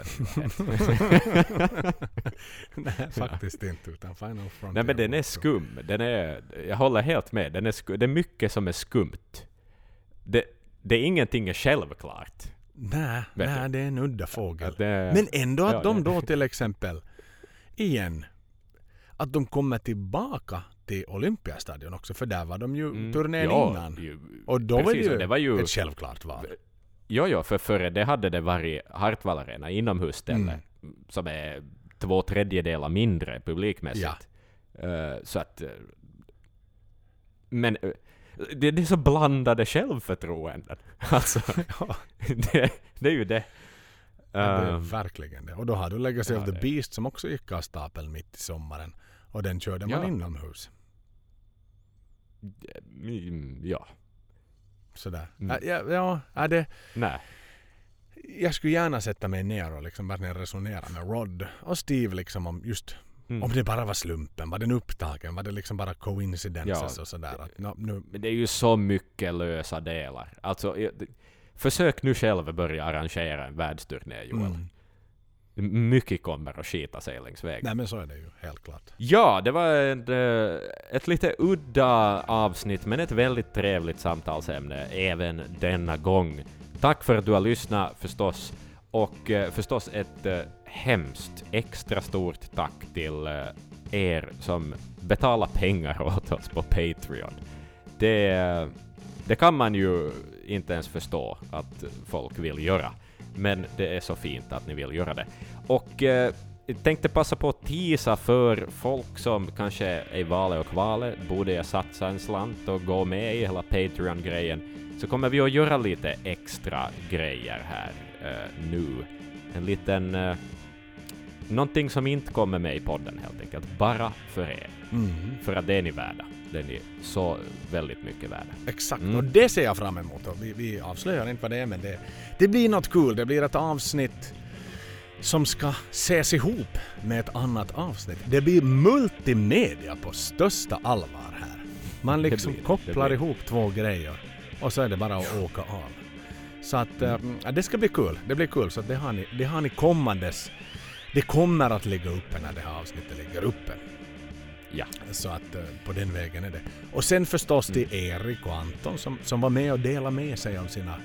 Nej, faktiskt inte, utan Final Frontier. Nej, men den är skum. Den är, jag håller helt med. Den är skum. Det är mycket som är skumt. Det, det är ingenting är självklart. Nej, nej, det är en udda fågel. Det, men ändå att ja, de det. då till exempel igen, att de kommer tillbaka till Olympiastadion också, för där var de ju mm, turnén ja, innan. Ju, och då precis, var det, ju det var ju ett självklart val. Ja, ja, för före det hade det varit Hartwall Arena inomhusställe mm. som är två tredjedelar mindre publikmässigt. Ja. Uh, så att uh, men uh, det, det är så blandade självförtroenden. Alltså, ja. det, det är ju det. Ja, det är verkligen det. Och då har du Legacy ja, of the det. Beast som också gick av stapeln mitt i sommaren. Och den körde man ja. inomhus. Ja. Sådär. Mm. Ja, ja, ja, det... Nej. Jag skulle gärna sätta mig ner och liksom verkligen resonera med Rod och Steve liksom om just mm. om det bara var slumpen, var den upptagen, var det liksom bara coincidences ja. och sådär. Att, no, nu... Men det är ju så mycket lösa delar. Alltså, jag, försök nu själv börja arrangera en världsturné, Joel. Mm. Mycket kommer att skita sig längs vägen. Nej, men så är det ju, helt klart. Ja, det var ett, ett lite udda avsnitt, men ett väldigt trevligt samtalsämne även denna gång. Tack för att du har lyssnat förstås. Och eh, förstås ett eh, hemskt extra stort tack till eh, er som betalar pengar åt oss på Patreon. Det, det kan man ju inte ens förstå att folk vill göra. Men det är så fint att ni vill göra det. Och eh, jag tänkte passa på att teasa för folk som kanske är i valet och kvalet. Borde jag satsa en slant och gå med i hela Patreon-grejen, så kommer vi att göra lite extra grejer här eh, nu. En liten... Eh, någonting som inte kommer med i podden helt enkelt. Bara för er. Mm. För att det är ni värda. Det är ni så väldigt mycket värda. Exakt, mm. och det ser jag fram emot. Vi, vi avslöjar inte vad det är, men det, det blir något kul. Det blir ett avsnitt som ska ses ihop med ett annat avsnitt. Det blir multimedia på största allvar här. Man liksom det blir, kopplar det ihop två grejer och så är det bara att åka av. Så att mm. äh, det ska bli kul. Det blir kul, så att det har ni, det har ni kommandes. Det kommer att ligga uppe när det här avsnittet ligger uppe. Ja. Så att uh, på den vägen är det. Och sen förstås till Erik och Anton som, som var med och delade med sig av sina,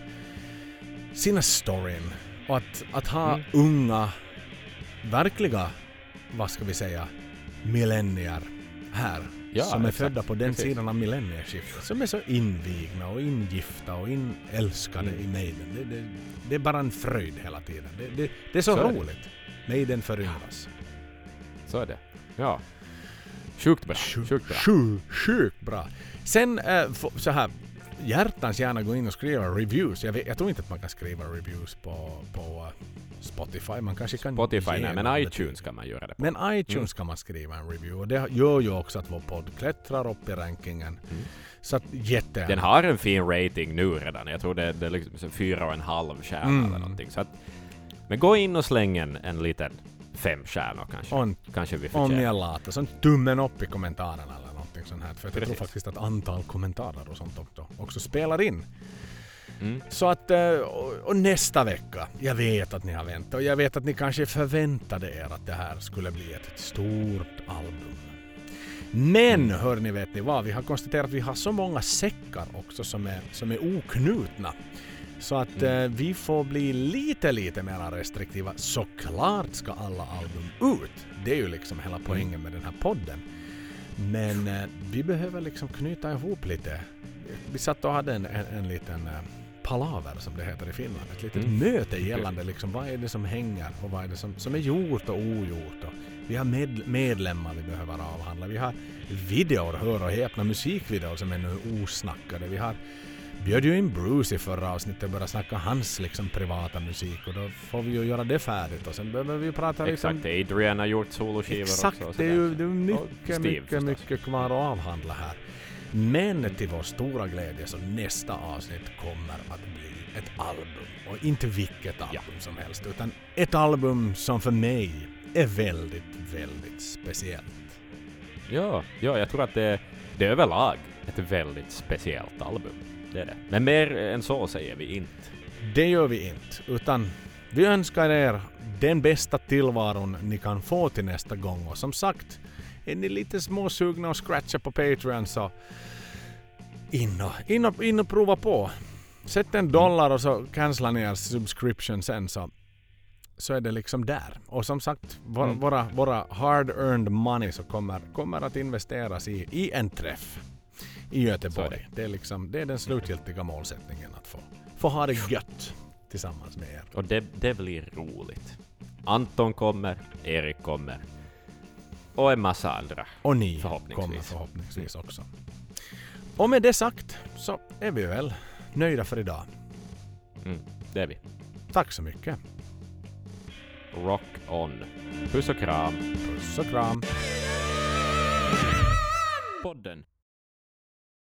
sina storyn. Och att, att ha mm. unga, verkliga, vad ska vi säga, millennier här. Ja, som är exakt. Födda på den Precis. Sidan av millennieskiftet. Som är så invigna och ingifta och inälskade mm. i Maiden. Det, det, det är bara en fröjd hela tiden. Det, det, det är så, så roligt. Är Maiden föryngras. Så är det. Ja. Sjukt bra. Sjukt bra. Sjukt, sjukt bra. Sen äh, så här, hjärtans gärna gå in och skriva reviews. Jag, vet, jag tror inte att man kan skriva reviews på, på Spotify. Man kanske kan Spotify, nej, men iTunes kan man göra det på. Men iTunes mm. kan man skriva en review. Och det gör ju också att vår podd klättrar upp i rankingen. Mm. Så att jätte... Den har en fin rating nu redan. Jag tror det, det är liksom fyra och en halv stjärna mm. eller någonting. Så att, men gå in och släng en, en liten fem stjärnor kanske. On, kanske vi om ni är lata. Så tummen upp i kommentarerna eller någonting sånt här. För jag tror faktiskt att antal kommentarer och sånt också, också spelar in. Mm. Så att, och, och nästa vecka, jag vet att ni har väntat och jag vet att ni kanske förväntade er att det här skulle bli ett stort album. Men mm. hör ni, vet ni vad, vi har konstaterat att vi har så många säckar också som är, som är oknutna. Så att mm. eh, vi får bli lite, lite mer restriktiva. Såklart ska alla album ut. Det är ju liksom hela poängen med den här podden. Men eh, vi behöver liksom knyta ihop lite. Vi satt och hade en, en, en liten eh, palaver som det heter i Finland. Ett litet mm. möte gällande liksom, vad är det som hänger och vad är det som, som är gjort och ogjort. Och vi har med, medlemmar vi behöver avhandla. Vi har videor, hör och häpna musikvideor som är nu osnackade. Vi har bjöd ju in Bruce i förra avsnittet och började snacka hans liksom privata musik, och då får vi ju göra det färdigt och sen behöver vi prata liksom... Exakt, Adrian har gjort soloskivor också. Exakt, det är ju det är mycket, Steve, mycket, förstås. mycket kvar att avhandla här. Men till vår stora glädje så nästa avsnitt kommer att bli ett album, och inte vilket album ja. som helst, utan ett album som för mig är väldigt, väldigt speciellt. Ja, ja jag tror att det, det är överlag ett väldigt speciellt album. Det är det. Men mer än så säger vi inte. det gör vi inte. Utan vi önskar er den bästa tillvaron ni kan få till nästa gång. Och som sagt, är ni lite småsugna och scratcha på Patreon så in och, in och, in och prova på. Sätt en dollar och så cancelar ni er subscription sen så, så är det liksom där. Och som sagt, våra, mm. våra, våra hard-earned money så kommer, kommer att investeras i, i en träff i Göteborg. Det. Det, är liksom, det är den slutgiltiga målsättningen att få, få ha det gött tillsammans med er. Och det, det blir roligt. Anton kommer, Erik kommer och en massa andra. Och ni förhoppningsvis. kommer förhoppningsvis också. Och med det sagt så är vi väl nöjda för idag. Mm, det är vi. Tack så mycket. Rock on. Puss och kram. Puss och kram. Podden.